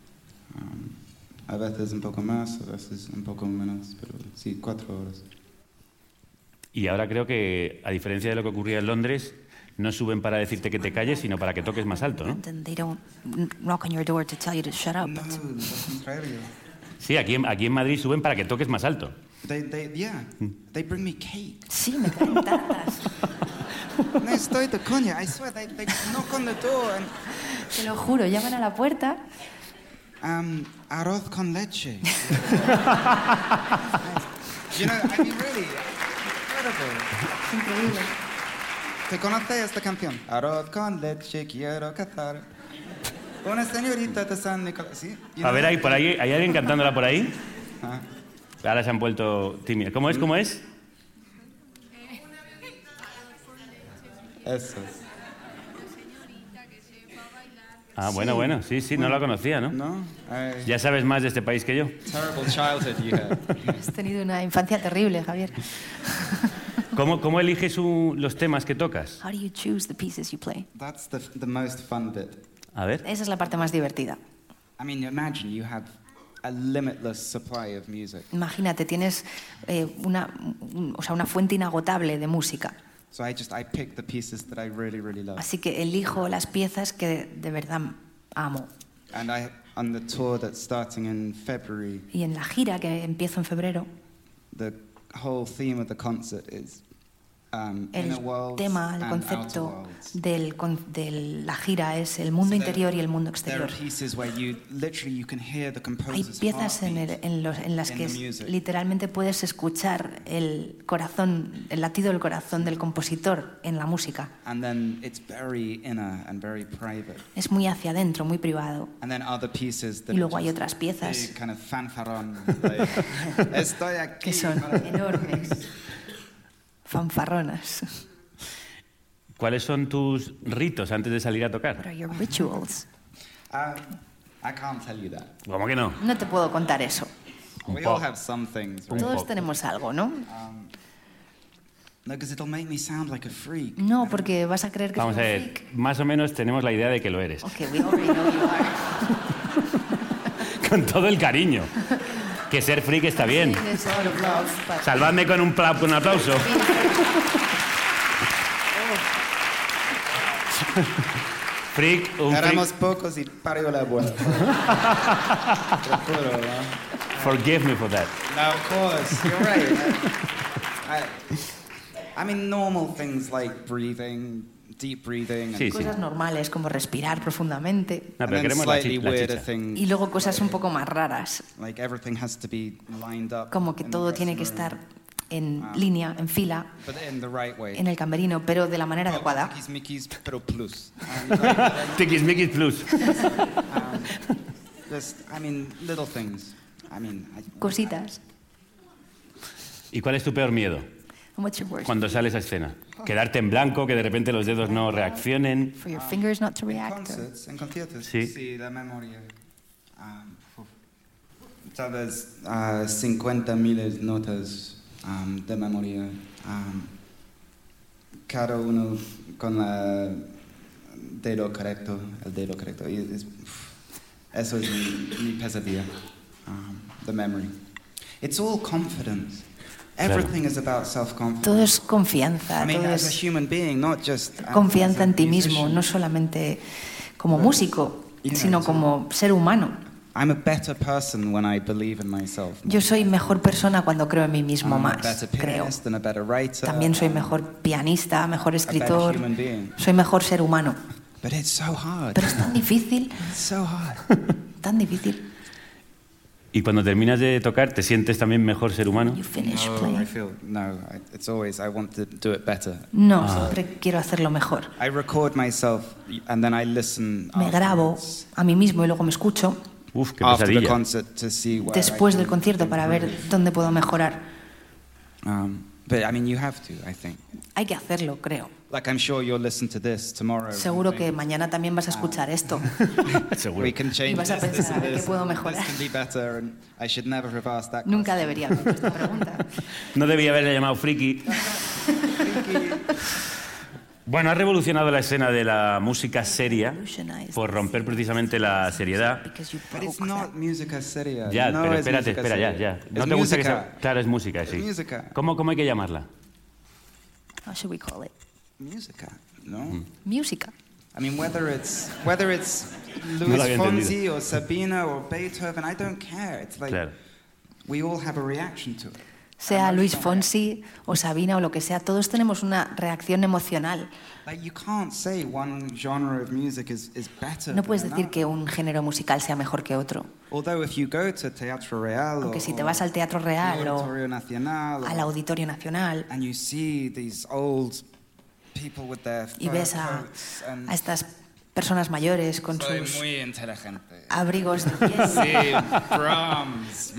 A veces un poco más, a veces un poco menos, pero sí, 4 horas. Y ahora creo que, a diferencia de lo que ocurría en Londres, no suben para decirte que te calles, sino para que toques más alto, ¿no? And they don't knock on your door to tell you to shut up. No, lo contrario. Sí, aquí en Madrid suben para que toques más alto. They bring me cake. Sí, me traen tartas. No estoy de coña, I swear, they knock on the door and Te lo juro, llaman a la puerta. arroz con leche. You know, I mean, really, incredible. Es increíble. ¿Te conoces esta canción? Arroz con leche quiero cazar. Una señorita de San Nicolás. ¿Sí? A ver, ¿hay alguien cantándola por ahí? Ah, Ahora se han vuelto tímidos. ¿Cómo es? ¿Cómo es? eso es. Ah, bueno, sí, no la conocía, ¿no? ¿No? Ya sabes más de este país que yo. Terrible childhood you had. Has tenido una infancia terrible, Javier. ¿Cómo eliges los temas que tocas? How do you choose the pieces you play? That's the most fun bit. A ver. Esa es la parte más divertida. I mean, imagine you have a limitless supply of music. Imagínate, tienes una fuente inagotable de música. So I pick the pieces that I really, really love. Así que elijo las piezas que de verdad amo. And on the tour that's starting in February, Y en la gira que empiezo en febrero, the whole theme of the concert is inner el worlds tema, el and outer concepto worlds. de la gira es el mundo interior y el mundo exterior. There are pieces where you can hear the Hay composer's piezas heartbeat en las in que the music. literalmente puedes escuchar el latido del corazón del compositor en la música. And then it's very inner and very private. Es muy hacia adentro, muy privado. And then other pieces that Y luego are hay just otras piezas big, kind of fanfarrón. Like, estoy aquí. que son enormes, fanfarronas. ¿Cuáles son tus ritos antes de salir a What tocar? are your rituals? I can't tell you that. ¿Cómo que no? No te puedo contar eso. Un We poco. all have some things, Un right? Todos poco. tenemos algo, ¿no? No, because it'll make me sound like a freak. No, porque vas a creer que Vamos a soy un ver, freak. más o menos tenemos la idea de que lo eres. Okay, we already know you are. Con todo el cariño. Que ser freak está bien. There's a lot of love, but Salvadme con un aplauso. Freak, un Éramos freak. pocos y parió la abuela. Te juro, ¿no? Forgive me for that. No, of course, you're right. I mean, normal things like breathing, deep breathing, Sí, sí. cosas normales como respirar profundamente. No, and pero then queremos la slightly chicha. weirder things, Y luego cosas un poco más raras, like everything has to be lined up. como que in the todo dressing tiene que room. estar en línea, en fila, but in the right way. en el camerino, pero de la manera adecuada. Tiquismiquis, pero plus. Tiquismiquis plus. Just, little things. Cositas. ¿Y cuál es tu peor miedo And what's your worst? cuando sales a escena? Quedarte en blanco, que de repente los dedos no reaccionen. For your fingers not to react. En conciertos, Sí. sí, la memoria. Sabes, 50.000 notas de memoria. Cada uno con el dedo correcto. Y eso es mi pesadilla. The memory. It's all confidence. Everything is about self-confidence. Todo es confianza, todo as a es human being, not just confianza as a en ti mismo, musician. no solamente como músico, sino como ser humano. I'm a better person when I believe in myself. Yo soy mejor persona cuando creo en mí mismo I'm a más, better creo. pianist and a better writer. También soy mejor pianista, mejor escritor, human being. soy mejor ser humano. But it's so hard. Pero es tan difícil, It's so hard. tan difícil. Y cuando terminas de tocar, ¿te sientes también mejor ser humano? You finish I playing. feel it's always I want to do it better. No, siempre quiero hacerlo mejor. I record myself and then I listen Me grabo afterwards, a mí mismo y luego me escucho Uf, qué after the pesadilla. concert to see where después I del can concierto para ver improve. dónde puedo mejorar. But you have to, I think. Hay que hacerlo, creo. Like I'm sure you'll listen to this tomorrow. Seguro and que think, mañana también vas a escuchar esto. Seguro. we can change Y vas a this, pensar, and ¿qué this, puedo and mejorar? this can be better, and I should never have asked that Nunca question. debería haber hecho esta pregunta. No debía haberle llamado friki. Bueno, has revolucionado la escena de la música seria por romper precisamente la seriedad. Because you But it's broke that. not música seria. Ya, No pero es espérate, música espera, ya, seria. ya. ¿No Es te gusta que música. sea? Claro, es música, sí. Es música. ¿Cómo hay que llamarla? How should we call it? Música, no? Música. Whether it's No Luis lo había Fonsi or Sabina or Beethoven, I don't care. It's like Claro. we all have a reaction to it. Sea Luis Fonsi o Sabina o lo que sea, todos tenemos una reacción emocional. Like you can't say one genre of music is better. No puedes than decir another. que un género musical sea mejor que otro. Although if you go to Teatro Real Aunque or si te vas al Teatro Real o Auditorio Nacional al Auditorio Nacional and you see these old people with their y fur ves a coats and estas personas mayores con soy sus muy inteligente. abrigos de piel, Sí, Brahms.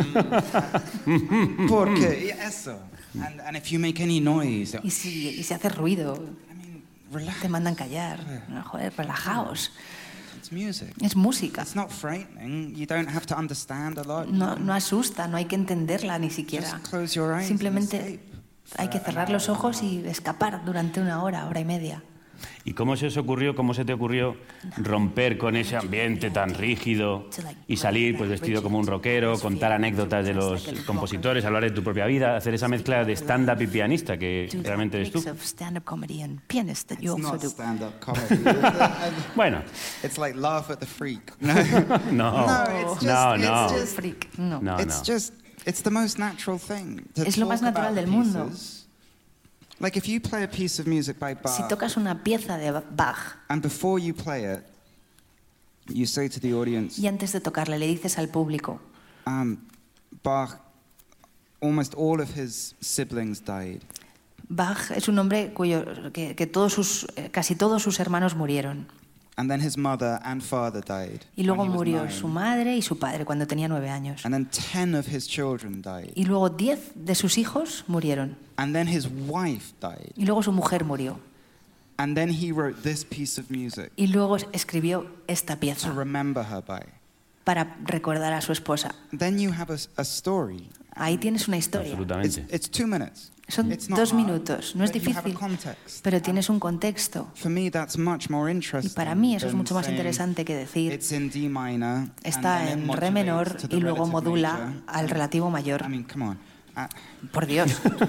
Porque eso. And if you make any noise, y si hace ruido, relax. te mandan callar. No, joder, relajaos. It's music. Es música. It's not frightening. You don't have to understand a lot. No asusta, no hay que entenderla ni siquiera. Just close your eyes and Simplemente escape. hay que cerrar los ojos y escapar durante una hora, hora y media. ¿Y cómo se te ocurrió romper con ese ambiente tan rígido y salir pues vestido como un rockero, contar anécdotas de los compositores, hablar de tu propia vida, hacer esa mezcla de stand-up y pianista que Do realmente eres tú? mix of stand-up comedy and pianist that you It's also not do. stand-up comedy. Bueno, It's like laugh at the freak. No, no, it's just, no, it's no. just- Freak, no. No, it's no. just, it's the most natural thing. To Es lo más talk natural about del mundo. pieces. Like if you play a piece of music by Si Bach, tocas una pieza de Bach and before you play it, you say to the audience, y antes de tocarla le dices al público, Bach, almost all of his siblings died. Bach es un hombre que casi todos sus hermanos murieron. And then his mother and father died. Y luego when he was murió 9. su madre y su padre cuando tenía 9 años. And then 10 of his children died. Y luego 10 de sus hijos murieron. And then his wife died. Y luego su mujer murió. And then he wrote this piece of music Y luego escribió esta to pieza remember her by. para recordar a su esposa. Then you have a story. Ahí tienes una historia. Absolutamente. It's 2 minutes. Son It's not 2 hard, minutos. No es but you have a difícil, context. pero tienes un contexto. For me, that's much more Y interesting. para mí eso es than mucho más saying interesante que decir it's in D minor. está and then it en re menor modulates to the y luego relative modula major. al relativo mayor. Come on. Por Dios.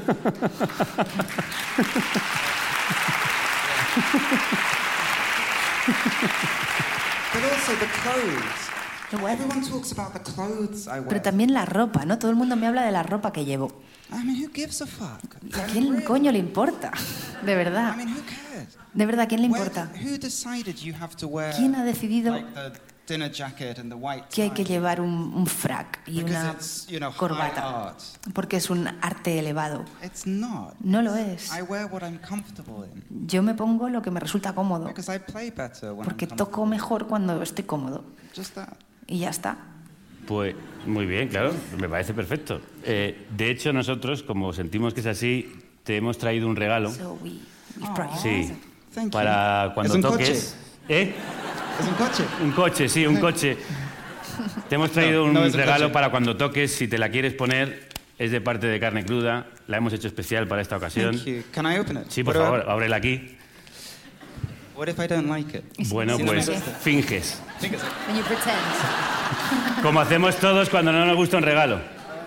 But also the clothes. Luego, Everyone talks about the clothes I pero wear. también la ropa, ¿no? Todo el mundo me habla de la ropa que llevo. Who gives a fuck? ¿Y a quién coño le importa? De verdad. Who cares? De verdad, ¿a quién le importa? Who decided you have to wear ¿Quién ha decidido like dinner jacket and the white que hay que tie. llevar un frac y Because una it's, you know, high corbata, art. porque es un arte elevado. It's not. No lo es. I wear what I'm comfortable in. Yo me pongo lo que me resulta cómodo, Because I play better when porque I'm comfortable. toco mejor cuando estoy cómodo. Just that. Y ya está. Pues muy bien, claro, me parece perfecto. De hecho, nosotros, como sentimos que es así, te hemos traído un regalo. So we brought you Sí, present. Thank you. para cuando ¿Es un toques. ¿Eh? ¿Es un coche? Un coche, sí, un coche. Te hemos traído No un es un regalo coche. para cuando toques, si te la quieres poner, es de parte de Carne Cruda, la hemos hecho especial para esta ocasión. Thank you. Can I open it? Sí, por What do I- favor, ábrela aquí. What if I don't like it? Bueno, Sí, pues sí. finges. When you pretend. Como hacemos todos cuando no nos gusta un regalo.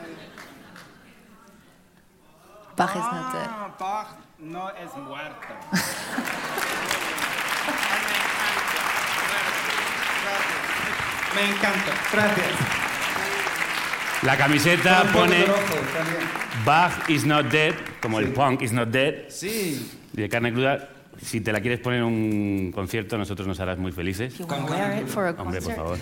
Bach is not dead. Bach no es muerto. Me encanta. Gracias. La camiseta Un poco pone de rojo también. Bach is not dead, como el punk is not dead, Sí. de Carne Cruda. Si te la quieres poner en un concierto, nosotros nos harás muy felices. You want to wear it for a Hombre, por concert?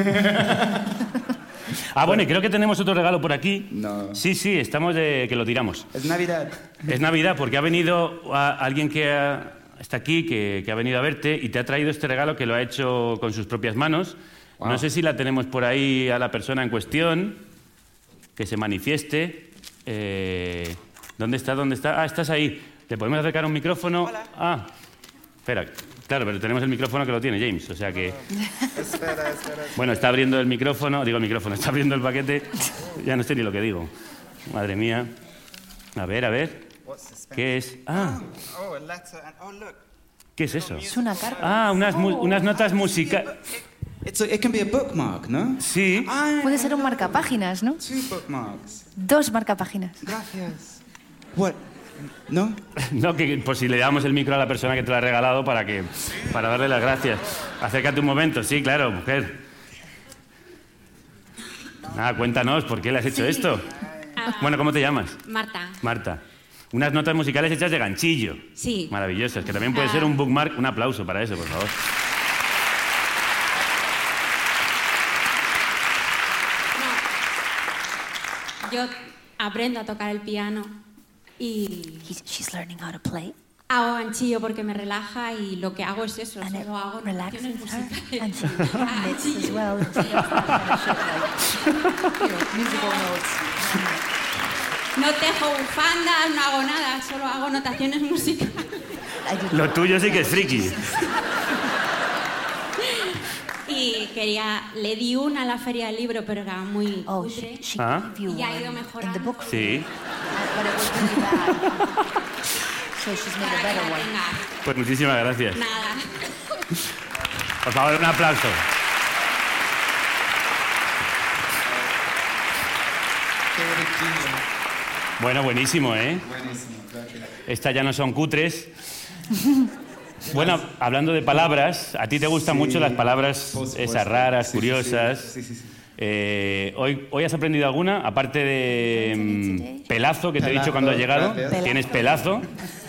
favor. Bueno, y creo que tenemos otro regalo por aquí. No. Sí, estamos de que lo tiramos. Es Navidad. Es Navidad porque ha venido alguien que está aquí, que ha venido a verte y te ha traído este regalo que lo ha hecho con sus propias manos. Wow. No sé si la tenemos por ahí a la persona en cuestión, que se manifieste. ¿Dónde está? Ah, estás ahí. ¿Le podemos acercar un micrófono? Hola. Ah, espera. Claro, pero tenemos el micrófono que lo tiene James, o sea que... Espera. Bueno, está abriendo el micrófono, está abriendo el paquete. Ya no sé ni lo que digo. Madre mía. A ver. What's this? ¿Qué es? Ah, Oh, a letter and oh look. ¿qué es eso? Es una carta. Ah, unas notas musicales. It can be a bookmark, ¿no? Sí. Puede ser un marcapáginas, ¿no? 2 bookmarks. 2 marcapáginas. Gracias. What? No? No, que por si le damos el micro a la persona que te lo ha regalado para darle las gracias. Acércate un momento. Sí, claro, mujer. Cuéntanos, ¿por qué le has hecho esto? Bueno, ¿cómo te llamas? Marta. Marta. Unas notas musicales hechas de ganchillo. Sí. Maravillosas, que también puede ser un bookmark. Un aplauso para eso, por favor. Yo aprendo a tocar el piano y She's learning how to play. hago ganchillo porque me relaja y lo que hago es eso, And it solo hago relaxes notaciones her. And musicales. she knits as well. And she does that kind of shit, like, musical notes. No tejo bufandas, no hago nada, solo hago notaciones musicales. I do Lo tuyo sí que es friki. Y le di una a la feria del libro, pero era muy Oh, cutre. she Ah. gave you Y ha one ido in the mejorando. book, Sí. but it was really bad. So she's made Para a que better la one. tengas. Pues muchísimas gracias. Nada. Por favor, un aplauso. Qué riquísimo. Bueno, buenísimo, ¿eh? Buenísimo, gracias. Estas ya no son cutres. Bueno, hablando de palabras, a ti te gustan Sí, mucho las palabras por supuesto. esas raras, Sí, sí, curiosas. sí. ¿Hoy has aprendido alguna? Aparte de pelazo, que te he dicho Pelazo, cuando has llegado. gracias. ¿Tienes pelazo?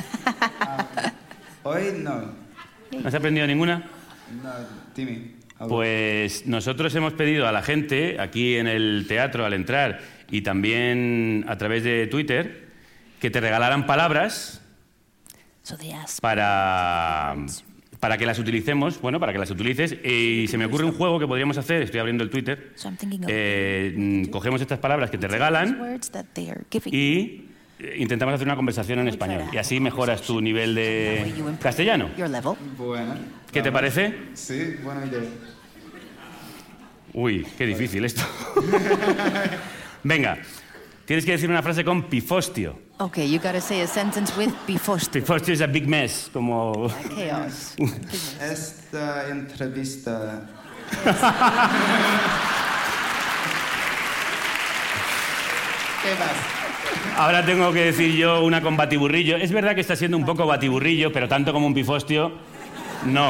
Hoy no. ¿No has aprendido ninguna? No, dime. Algo. Pues nosotros hemos pedido a la gente, aquí en el teatro al entrar y también a través de Twitter, que te regalaran palabras So they asked. para que las utilicemos, bueno, para que las utilices. Y se me ocurre un juego que podríamos hacer, estoy abriendo el Twitter. So I'm thinking of Cogemos estas palabras que te regalan words that they are giving. y intentamos hacer una conversación en español. Y así mejoras tu nivel de castellano. Your level. Buena. ¿Qué te parece? Sí, buena idea. Uy, qué difícil esto. Venga, tienes que decir una frase con pifostio. Okay, you gotta say a sentence with before Pifostio es a big mess, como... chaos. Esta entrevista. ¿Qué más? Ahora tengo que decir yo una con batiburrillo. Es verdad que está siendo un poco batiburrillo, pero tanto como un pifostio, no.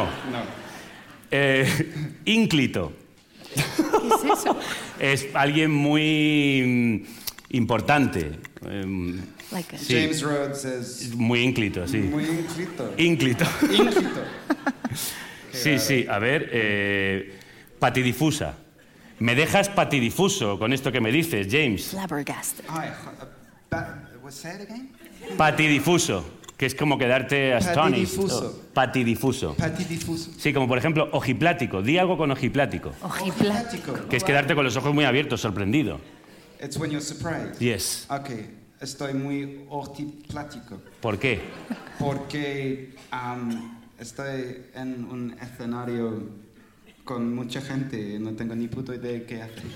No. Ínclito. ¿Qué es eso? Es alguien muy importante. Like a, Sí. James Rhodes es Muy ínclito, sí. muy inscrito. Ínclito. Inscrito. Sí. A ver, Patidifusa. Me dejas patidifuso con esto que me dices, James. Flabbergasted. Say it again? Patidifuso, que es como quedarte astonished. Patidifuso. Patidifuso. Patidifuso. Sí, como por ejemplo, ojiplático. Di algo con ojiplático. Ojiplático. Que es quedarte con los ojos muy abiertos, sorprendido. It's when you're surprised. Yes. Okay, estoy muy ojiplático. ¿Por qué? Porque estoy en un escenario con mucha gente y no tengo ni puta idea de qué hacer.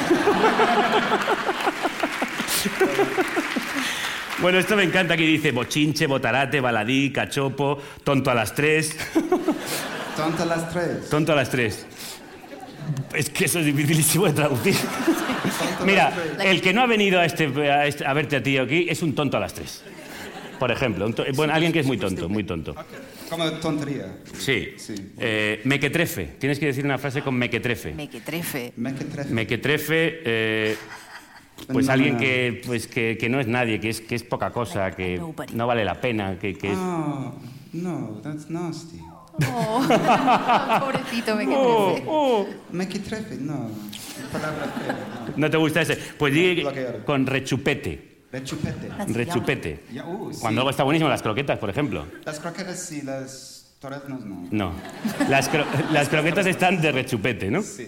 Bueno, esto me encanta, que dice bochinche, botarate, baladí, cachopo, tonto a las 3. Tonto a las 3. Tonto a las 3. Es que eso es dificilísimo de traducir. Mira, el que no ha venido a verte a ti aquí es un tonto a las 3. Por ejemplo, bueno, alguien que es muy tonto, muy tonto. Okay. Como tontería. Sí. Sí. Mequetrefe. Tienes que decir una frase con mequetrefe. Mequetrefe. Mequetrefe, pues alguien que no es nadie, que es poca cosa, que no vale la pena, que es... Oh, no, that's nasty. Oh, pobrecito Mequetrefe. Mequetrefe, no. Palabra fea, no. ¿No te gusta ese? Pues di con rechupete. Rechupete. Rechupete. Sí. Cuando algo está buenísimo, las croquetas, por ejemplo. Las croquetas sí, las torreznos no. No. Las croquetas están de rechupete, ¿no? Sí.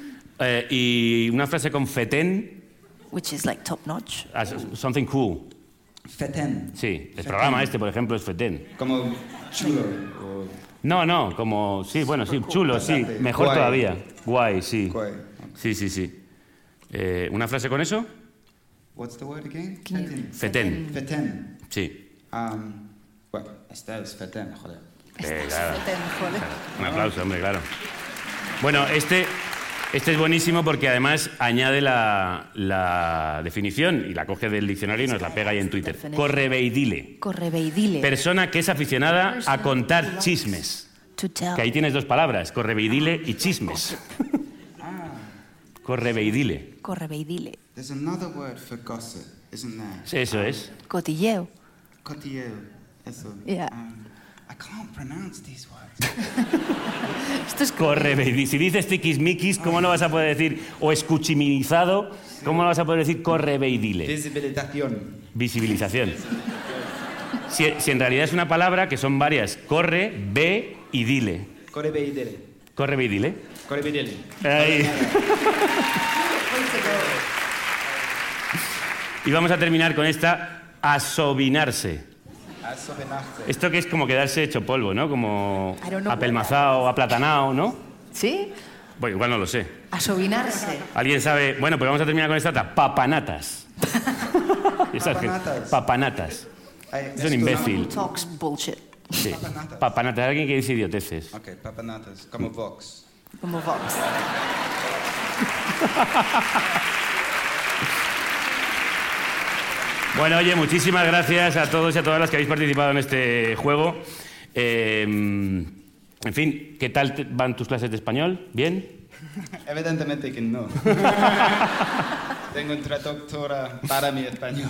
Y una frase con fetén. Which is like top notch. Something cool. Fetén. Sí. El programa este, por ejemplo, es fetén. Como chulo. O... No, como... Sí, bueno, sí, chulo, sí. Mejor Guay. todavía. Guay, sí. Guay. Sí. ¿Una frase con eso? What's the word again? Fetén. Fetén. Sí. Bueno, esta es fetén, joder. Claro. Fetén, joder. Un aplauso, hombre, claro. Bueno, este es buenísimo porque además añade la definición y la coge del diccionario y nos la pega ahí en Twitter. Correveidile. Correveidile. Persona que es aficionada a contar chismes. To tell. Que ahí tienes dos palabras, correveidile y chismes. Correveidile. Correveidile. There's another word for gossip, isn't there? Eso es. Cotilleo. Cotilleo. Eso. Yeah. I can't pronounce these words. Esto es Correveidile. Si dices tiquismiquis, ¿cómo no vas a poder decir? O escuchimizado, ¿cómo no vas a poder decir correveidile? Visibilización. Visibilización. Si en realidad es una palabra que son varias. Corre, ve y dile. Correveidile. Correveidile. Correveidile. Ahí. Y vamos a terminar con esta asobinarse. Asobinarse. Esto que es como quedarse hecho polvo, ¿no? Como I don't know. apelmazado, aplatanado, ¿no? ¿Sí? Bueno, igual no lo sé. Asobinarse. ¿Alguien sabe? Bueno, pues vamos a terminar con esta otra. Papanatas. Papanatas. Papanatas. Es un imbécil. Talks bullshit. Sí. Papanatas. Papanatas. Alguien que dice idioteces. Ok, papanatas. Como Vox. Como Vox. Bueno, oye, muchísimas gracias a todos y a todas las que habéis participado en este juego. En fin, ¿qué tal van tus clases de español? ¿Bien? Evidentemente que no. Tengo una traductora para mi español.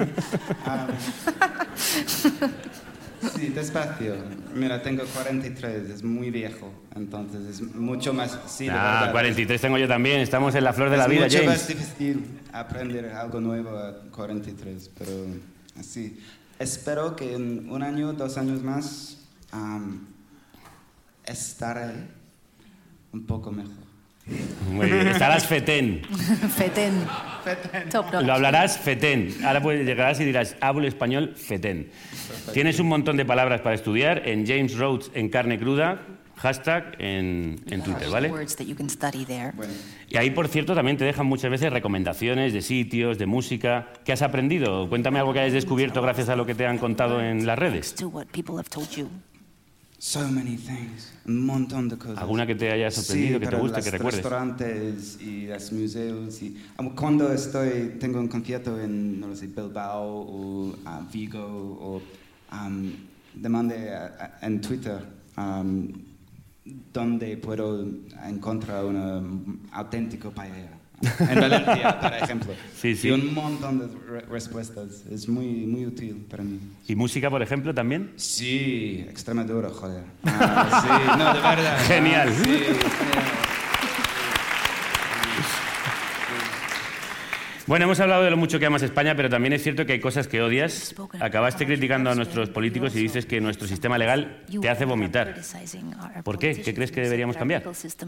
Sí, despacio. Mira, tengo 43, es muy viejo, entonces es mucho más... Sí, de verdad. 43 tengo yo también, estamos en la flor de la vida, Es mucho James. más difícil aprender algo nuevo a 43, pero así. Espero que en 1 año, 2 años más estaré un poco mejor. Muy bien, estarás fetén. Fetén. Top notch. Lo hablarás fetén. Ahora pues llegarás y dirás, hablo español fetén. Tienes un montón de palabras para estudiar en James Rhodes en carne cruda, hashtag en Twitter, ¿vale? Words that you can study there. Bueno, Y ahí, por cierto, también te dejan muchas veces recomendaciones de sitios, de música. ¿Qué has aprendido? Cuéntame algo que hayas descubierto gracias a lo que te han contado en las redes. To what people have told you. so many things, un montón de cosas. ¿Alguna que te haya sorprendido, que te para guste, los que recuerdes? restaurantes y los museos. Y, cuando tengo un concierto en, no lo sé, Bilbao o Vigo o demande en Twitter dónde puedo encontrar una auténtico paella. En Valencia, por ejemplo. Sí, sí. Y un montón de respuestas. Es muy, muy útil para mí. ¿Y música, por ejemplo, también? Sí, Extremadura, joder. Sí, no, de verdad. Genial. Sí, genial. Bueno, hemos hablado de lo mucho que amas España, pero también es cierto que hay cosas que odias. Acabaste criticando a nuestros políticos y dices que nuestro sistema legal te hace vomitar. ¿Por qué? ¿Qué crees que deberíamos cambiar?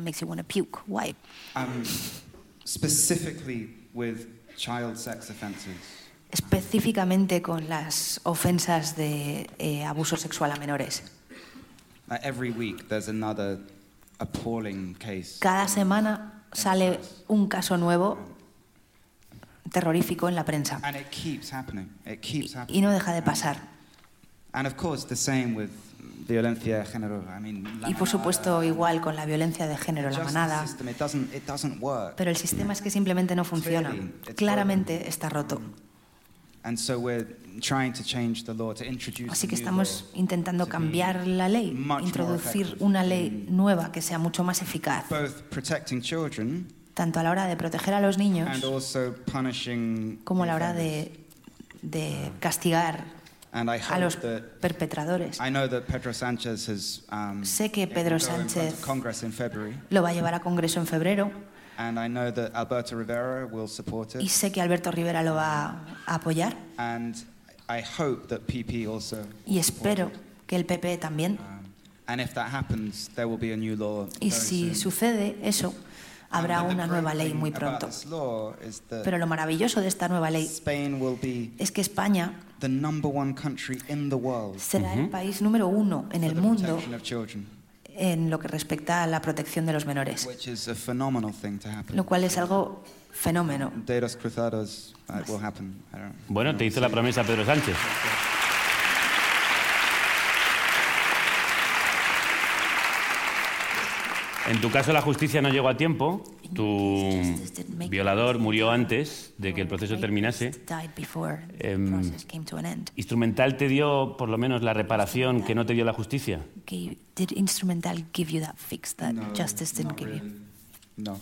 Specifically with child sex offences. Específicamente con las ofensas de abuso sexual a menores. Every week there's another appalling case. Cada semana sale un caso nuevo terrorífico en la prensa. And it keeps happening. It keeps happening. Y no deja de pasar. And of course the same with violencia de género. I mean, Y por supuesto igual con la violencia de género, la manada. It doesn't work. Pero el sistema es que simplemente no funciona. Claramente está roto. And so we're trying to change the law to introduce. Así que estamos intentando cambiar la ley, introducir una ley nueva que sea mucho más eficaz, Both protecting children tanto a la hora de proteger a los niños and also punishing como a la hora de castigar And I a hope los that perpetradores. I know that Pedro Sánchez has Sé que it will Pedro go in front Sánchez of Congress in February, lo va a llevar a Congreso en febrero and I know that Alberto Rivera will support y it, sé que Alberto Rivera lo va a apoyar and I hope that PP also y espero que el PP también. and if that happens there will be a new law Y very si soon. sucede eso, habrá But the una nueva great ley thing muy about pronto. this law is that Pero lo maravilloso de esta nueva ley Spain will be es que España the number one country in the world será el país número 1 en for el the mundo protection of children, en lo que respecta a la protección de los menores, which is a phenomenal thing to happen. lo cual es algo fenómeno. Dedos cruzados, it will happen. I don't Bueno, know. te hizo la promesa Pedro Sánchez. En tu caso la justicia no llegó a tiempo. Tu violador murió antes de que el proceso terminase. ¿Instrumental te dio por lo menos la reparación que no te dio la justicia? Did Instrumental give you that fix that No, justice didn't not give you? really. No.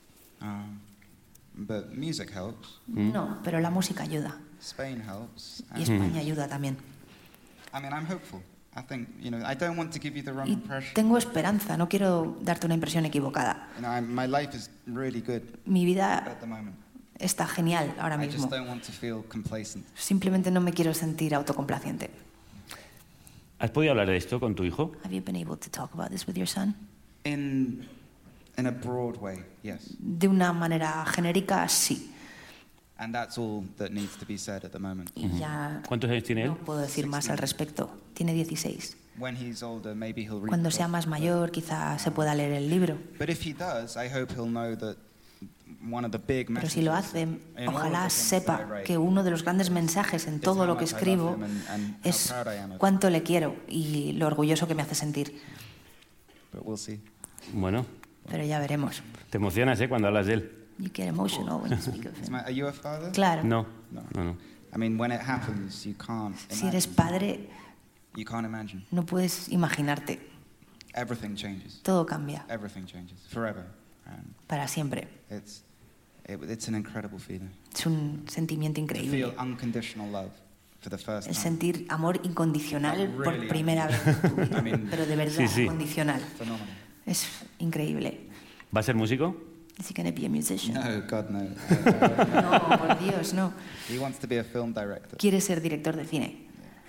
But music helps. No, pero la música ayuda Spain helps. y España ayuda también. I mean, I'm hopeful. I think, I don't want to give you the wrong Y impression. tengo esperanza, no quiero darte una impresión equivocada. My life is really good Mi vida at the moment. está genial ahora I just mismo. don't want to feel complacent. Simplemente no me quiero sentir autocomplaciente. ¿Has podido hablar de esto con tu hijo? Have you been able to talk about this with your son? In a broad way, yes. De una manera genérica, sí. And that's all that needs to be said at the moment. Y ya ¿Cuántos años tiene él? no puedo decir más al respecto. Tiene 16. When he's older, maybe he'll read Cuando the sea book. más mayor, quizá se pueda leer el libro. But if he does, I hope he'll know that one of the big Pero messages si lo hace, in all ojalá of the things that I sepa write que uno de los grandes mensajes en is todo how lo que much I love escribo him and how es proud I am of him. cuánto le quiero y lo orgulloso que me hace sentir. But we'll see. Bueno, Pero ya veremos. te emocionas, cuando hablas de él. You get emotional when you speak of him. Are you a father? Claro. No, No. no. I mean, when it happens, you can't Si eres imagine. padre, You can't imagine. no puedes imaginarte. Everything changes. Todo cambia Everything changes forever. And para siempre. it's an incredible feeling. Es un sentimiento To increíble. feel unconditional love for the first El time. sentir amor incondicional Like, por really primera vez en tu vida. I mean, Pero de verdad, Sí, sí. incondicional. Phenomenal. Es increíble. ¿Va a ser músico? Is he going to be a musician? No, God no. No, por Dios, no. He wants to be a film director. Quiere ser director de cine.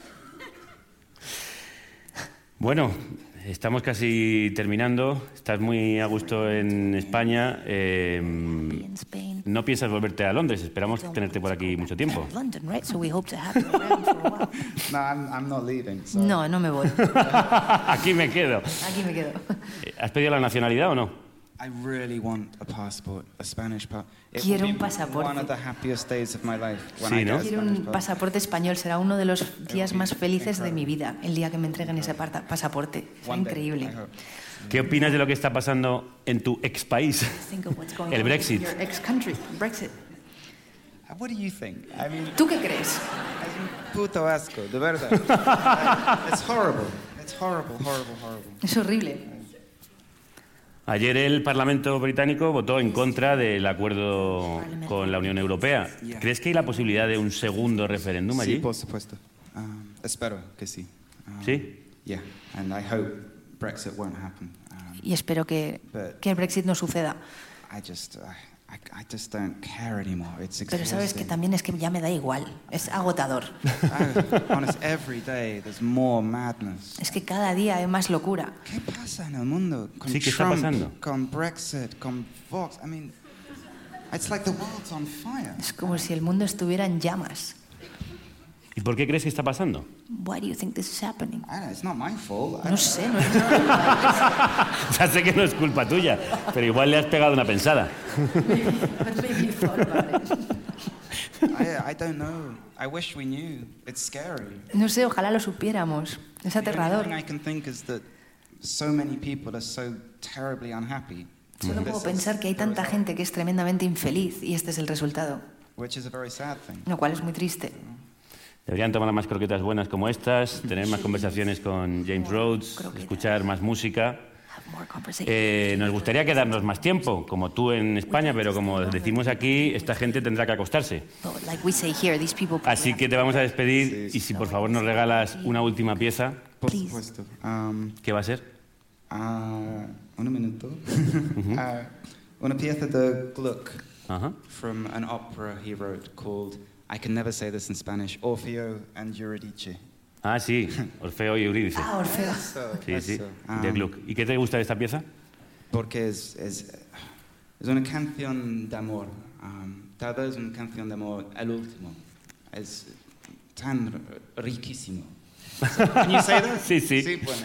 Bueno, estamos casi terminando. Estás muy a gusto en España. Be in Spain. No piensas volverte a Londres. Esperamos tenerte por aquí mucho tiempo. London, right? So we hope to have you around for a while. No, I'm not leaving. So. No, no me voy. Aquí me quedo. Aquí me quedo. ¿Has pedido la nacionalidad o no? I really want a passport, a Spanish passport. Quiero un pasaporte. One of the happiest days of my life when Sí, I ¿no? get a Quiero Spanish un passport. pasaporte español. Será uno de los días más felices de mi vida, el día que me entreguen ese pasaporte. Será One day, increíble. I hope. ¿Qué opinas de lo que está pasando en tu ex país? Think of what's going El on Brexit. in your ex-country, Brexit. What do you think? I mean, ¿Tú qué crees? es un puto asco, de verdad. It's horrible. It's horrible, horrible, horrible. Es horrible. Ayer el Parlamento británico votó en contra del acuerdo con la Unión Europea. ¿Crees que hay la posibilidad de un segundo referéndum Sí, allí? por supuesto. Espero que sí. ¿Sí? Yeah, and I hope Brexit won't happen. Y espero que el Brexit no suceda. I just, I just don't care anymore. It's Pero sabes que exhausting. también es que ya me da igual, es agotador. Honest, every day there's more madness. Es que cada día hay más locura. ¿Qué pasa en el mundo? Con Sí, ¿qué está Trump, pasando? con Brexit, con Vox. I mean, it's like the world's on fire. Es como si el mundo estuviera en llamas. ¿Y por qué crees que está pasando? Why do you think this is happening? I don't, it's not my fault. No sé, no es... Ya sé que no es culpa tuya, pero igual le has pegado una pensada. I don't know. I wish we knew. It's scary. No sé, ojalá lo supiéramos. Es The only aterrador. thing I can think is that so many people are so terribly unhappy. Solo puedo pensar que hay tanta gente que es tremendamente infeliz y este es el resultado, Which is a very sad thing. lo cual es muy triste. Deberían tomar más croquetas buenas como estas, tener más conversaciones con James Rhodes, Croquetas. escuchar más música. Have more conversation. Nos gustaría quedarnos más tiempo, como tú en España, pero como decimos aquí, esta gente tendrá que acostarse. But like we say here, these people... Así que te vamos a despedir y si por favor nos regalas una última pieza, Por Please. supuesto. ¿qué va a ser? Un minuto. Una pieza de Gluck Ajá. from an opera he wrote called, I can never say this in Spanish, Orfeo and Eurydice. Ah, sí, Orfeo y Eurídice. Ah, Orfeo. Sí, sí, Ah, de Gluck. ¿Y qué te gusta de esta pieza? Porque es una canción de amor. Tal vez una canción de amor, el último. Es tan riquísimo. Can you say that? Sí, sí. Sí, bueno.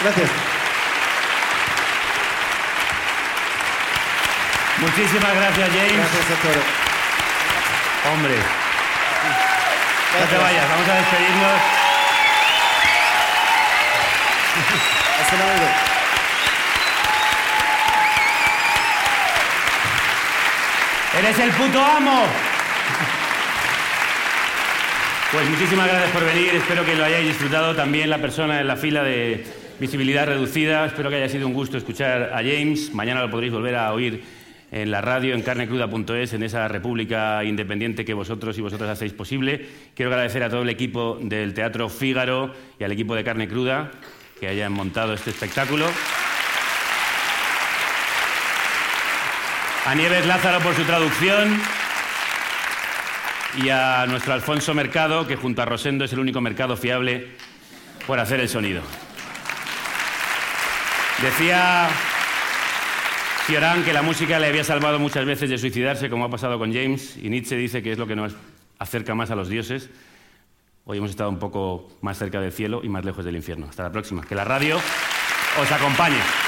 Gracias. Muchísimas gracias, James. Gracias a todos. Hombre. No te vayas, vamos a despedirnos. Hasta luego. ¡Eres el puto amo! Pues muchísimas gracias por venir. Espero que lo hayáis disfrutado. También la persona en la fila de visibilidad reducida. Espero que haya sido un gusto escuchar a James. Mañana lo podréis volver a oír en la radio, en carnecruda.es, en esa república independiente que vosotros y vosotras hacéis posible. Quiero agradecer a todo el equipo del Teatro Fígaro y al equipo de Carne Cruda que hayan montado este espectáculo. A Nieves Lázaro por su traducción y a nuestro Alfonso Mercado, que junto a Rosendo es el único mercado fiable por hacer el sonido. Decía Cioran que la música le había salvado muchas veces de suicidarse, como ha pasado con James, y Nietzsche dice que es lo que nos acerca más a los dioses. Hoy hemos estado un poco más cerca del cielo y más lejos del infierno. Hasta la próxima. Que la radio os acompañe.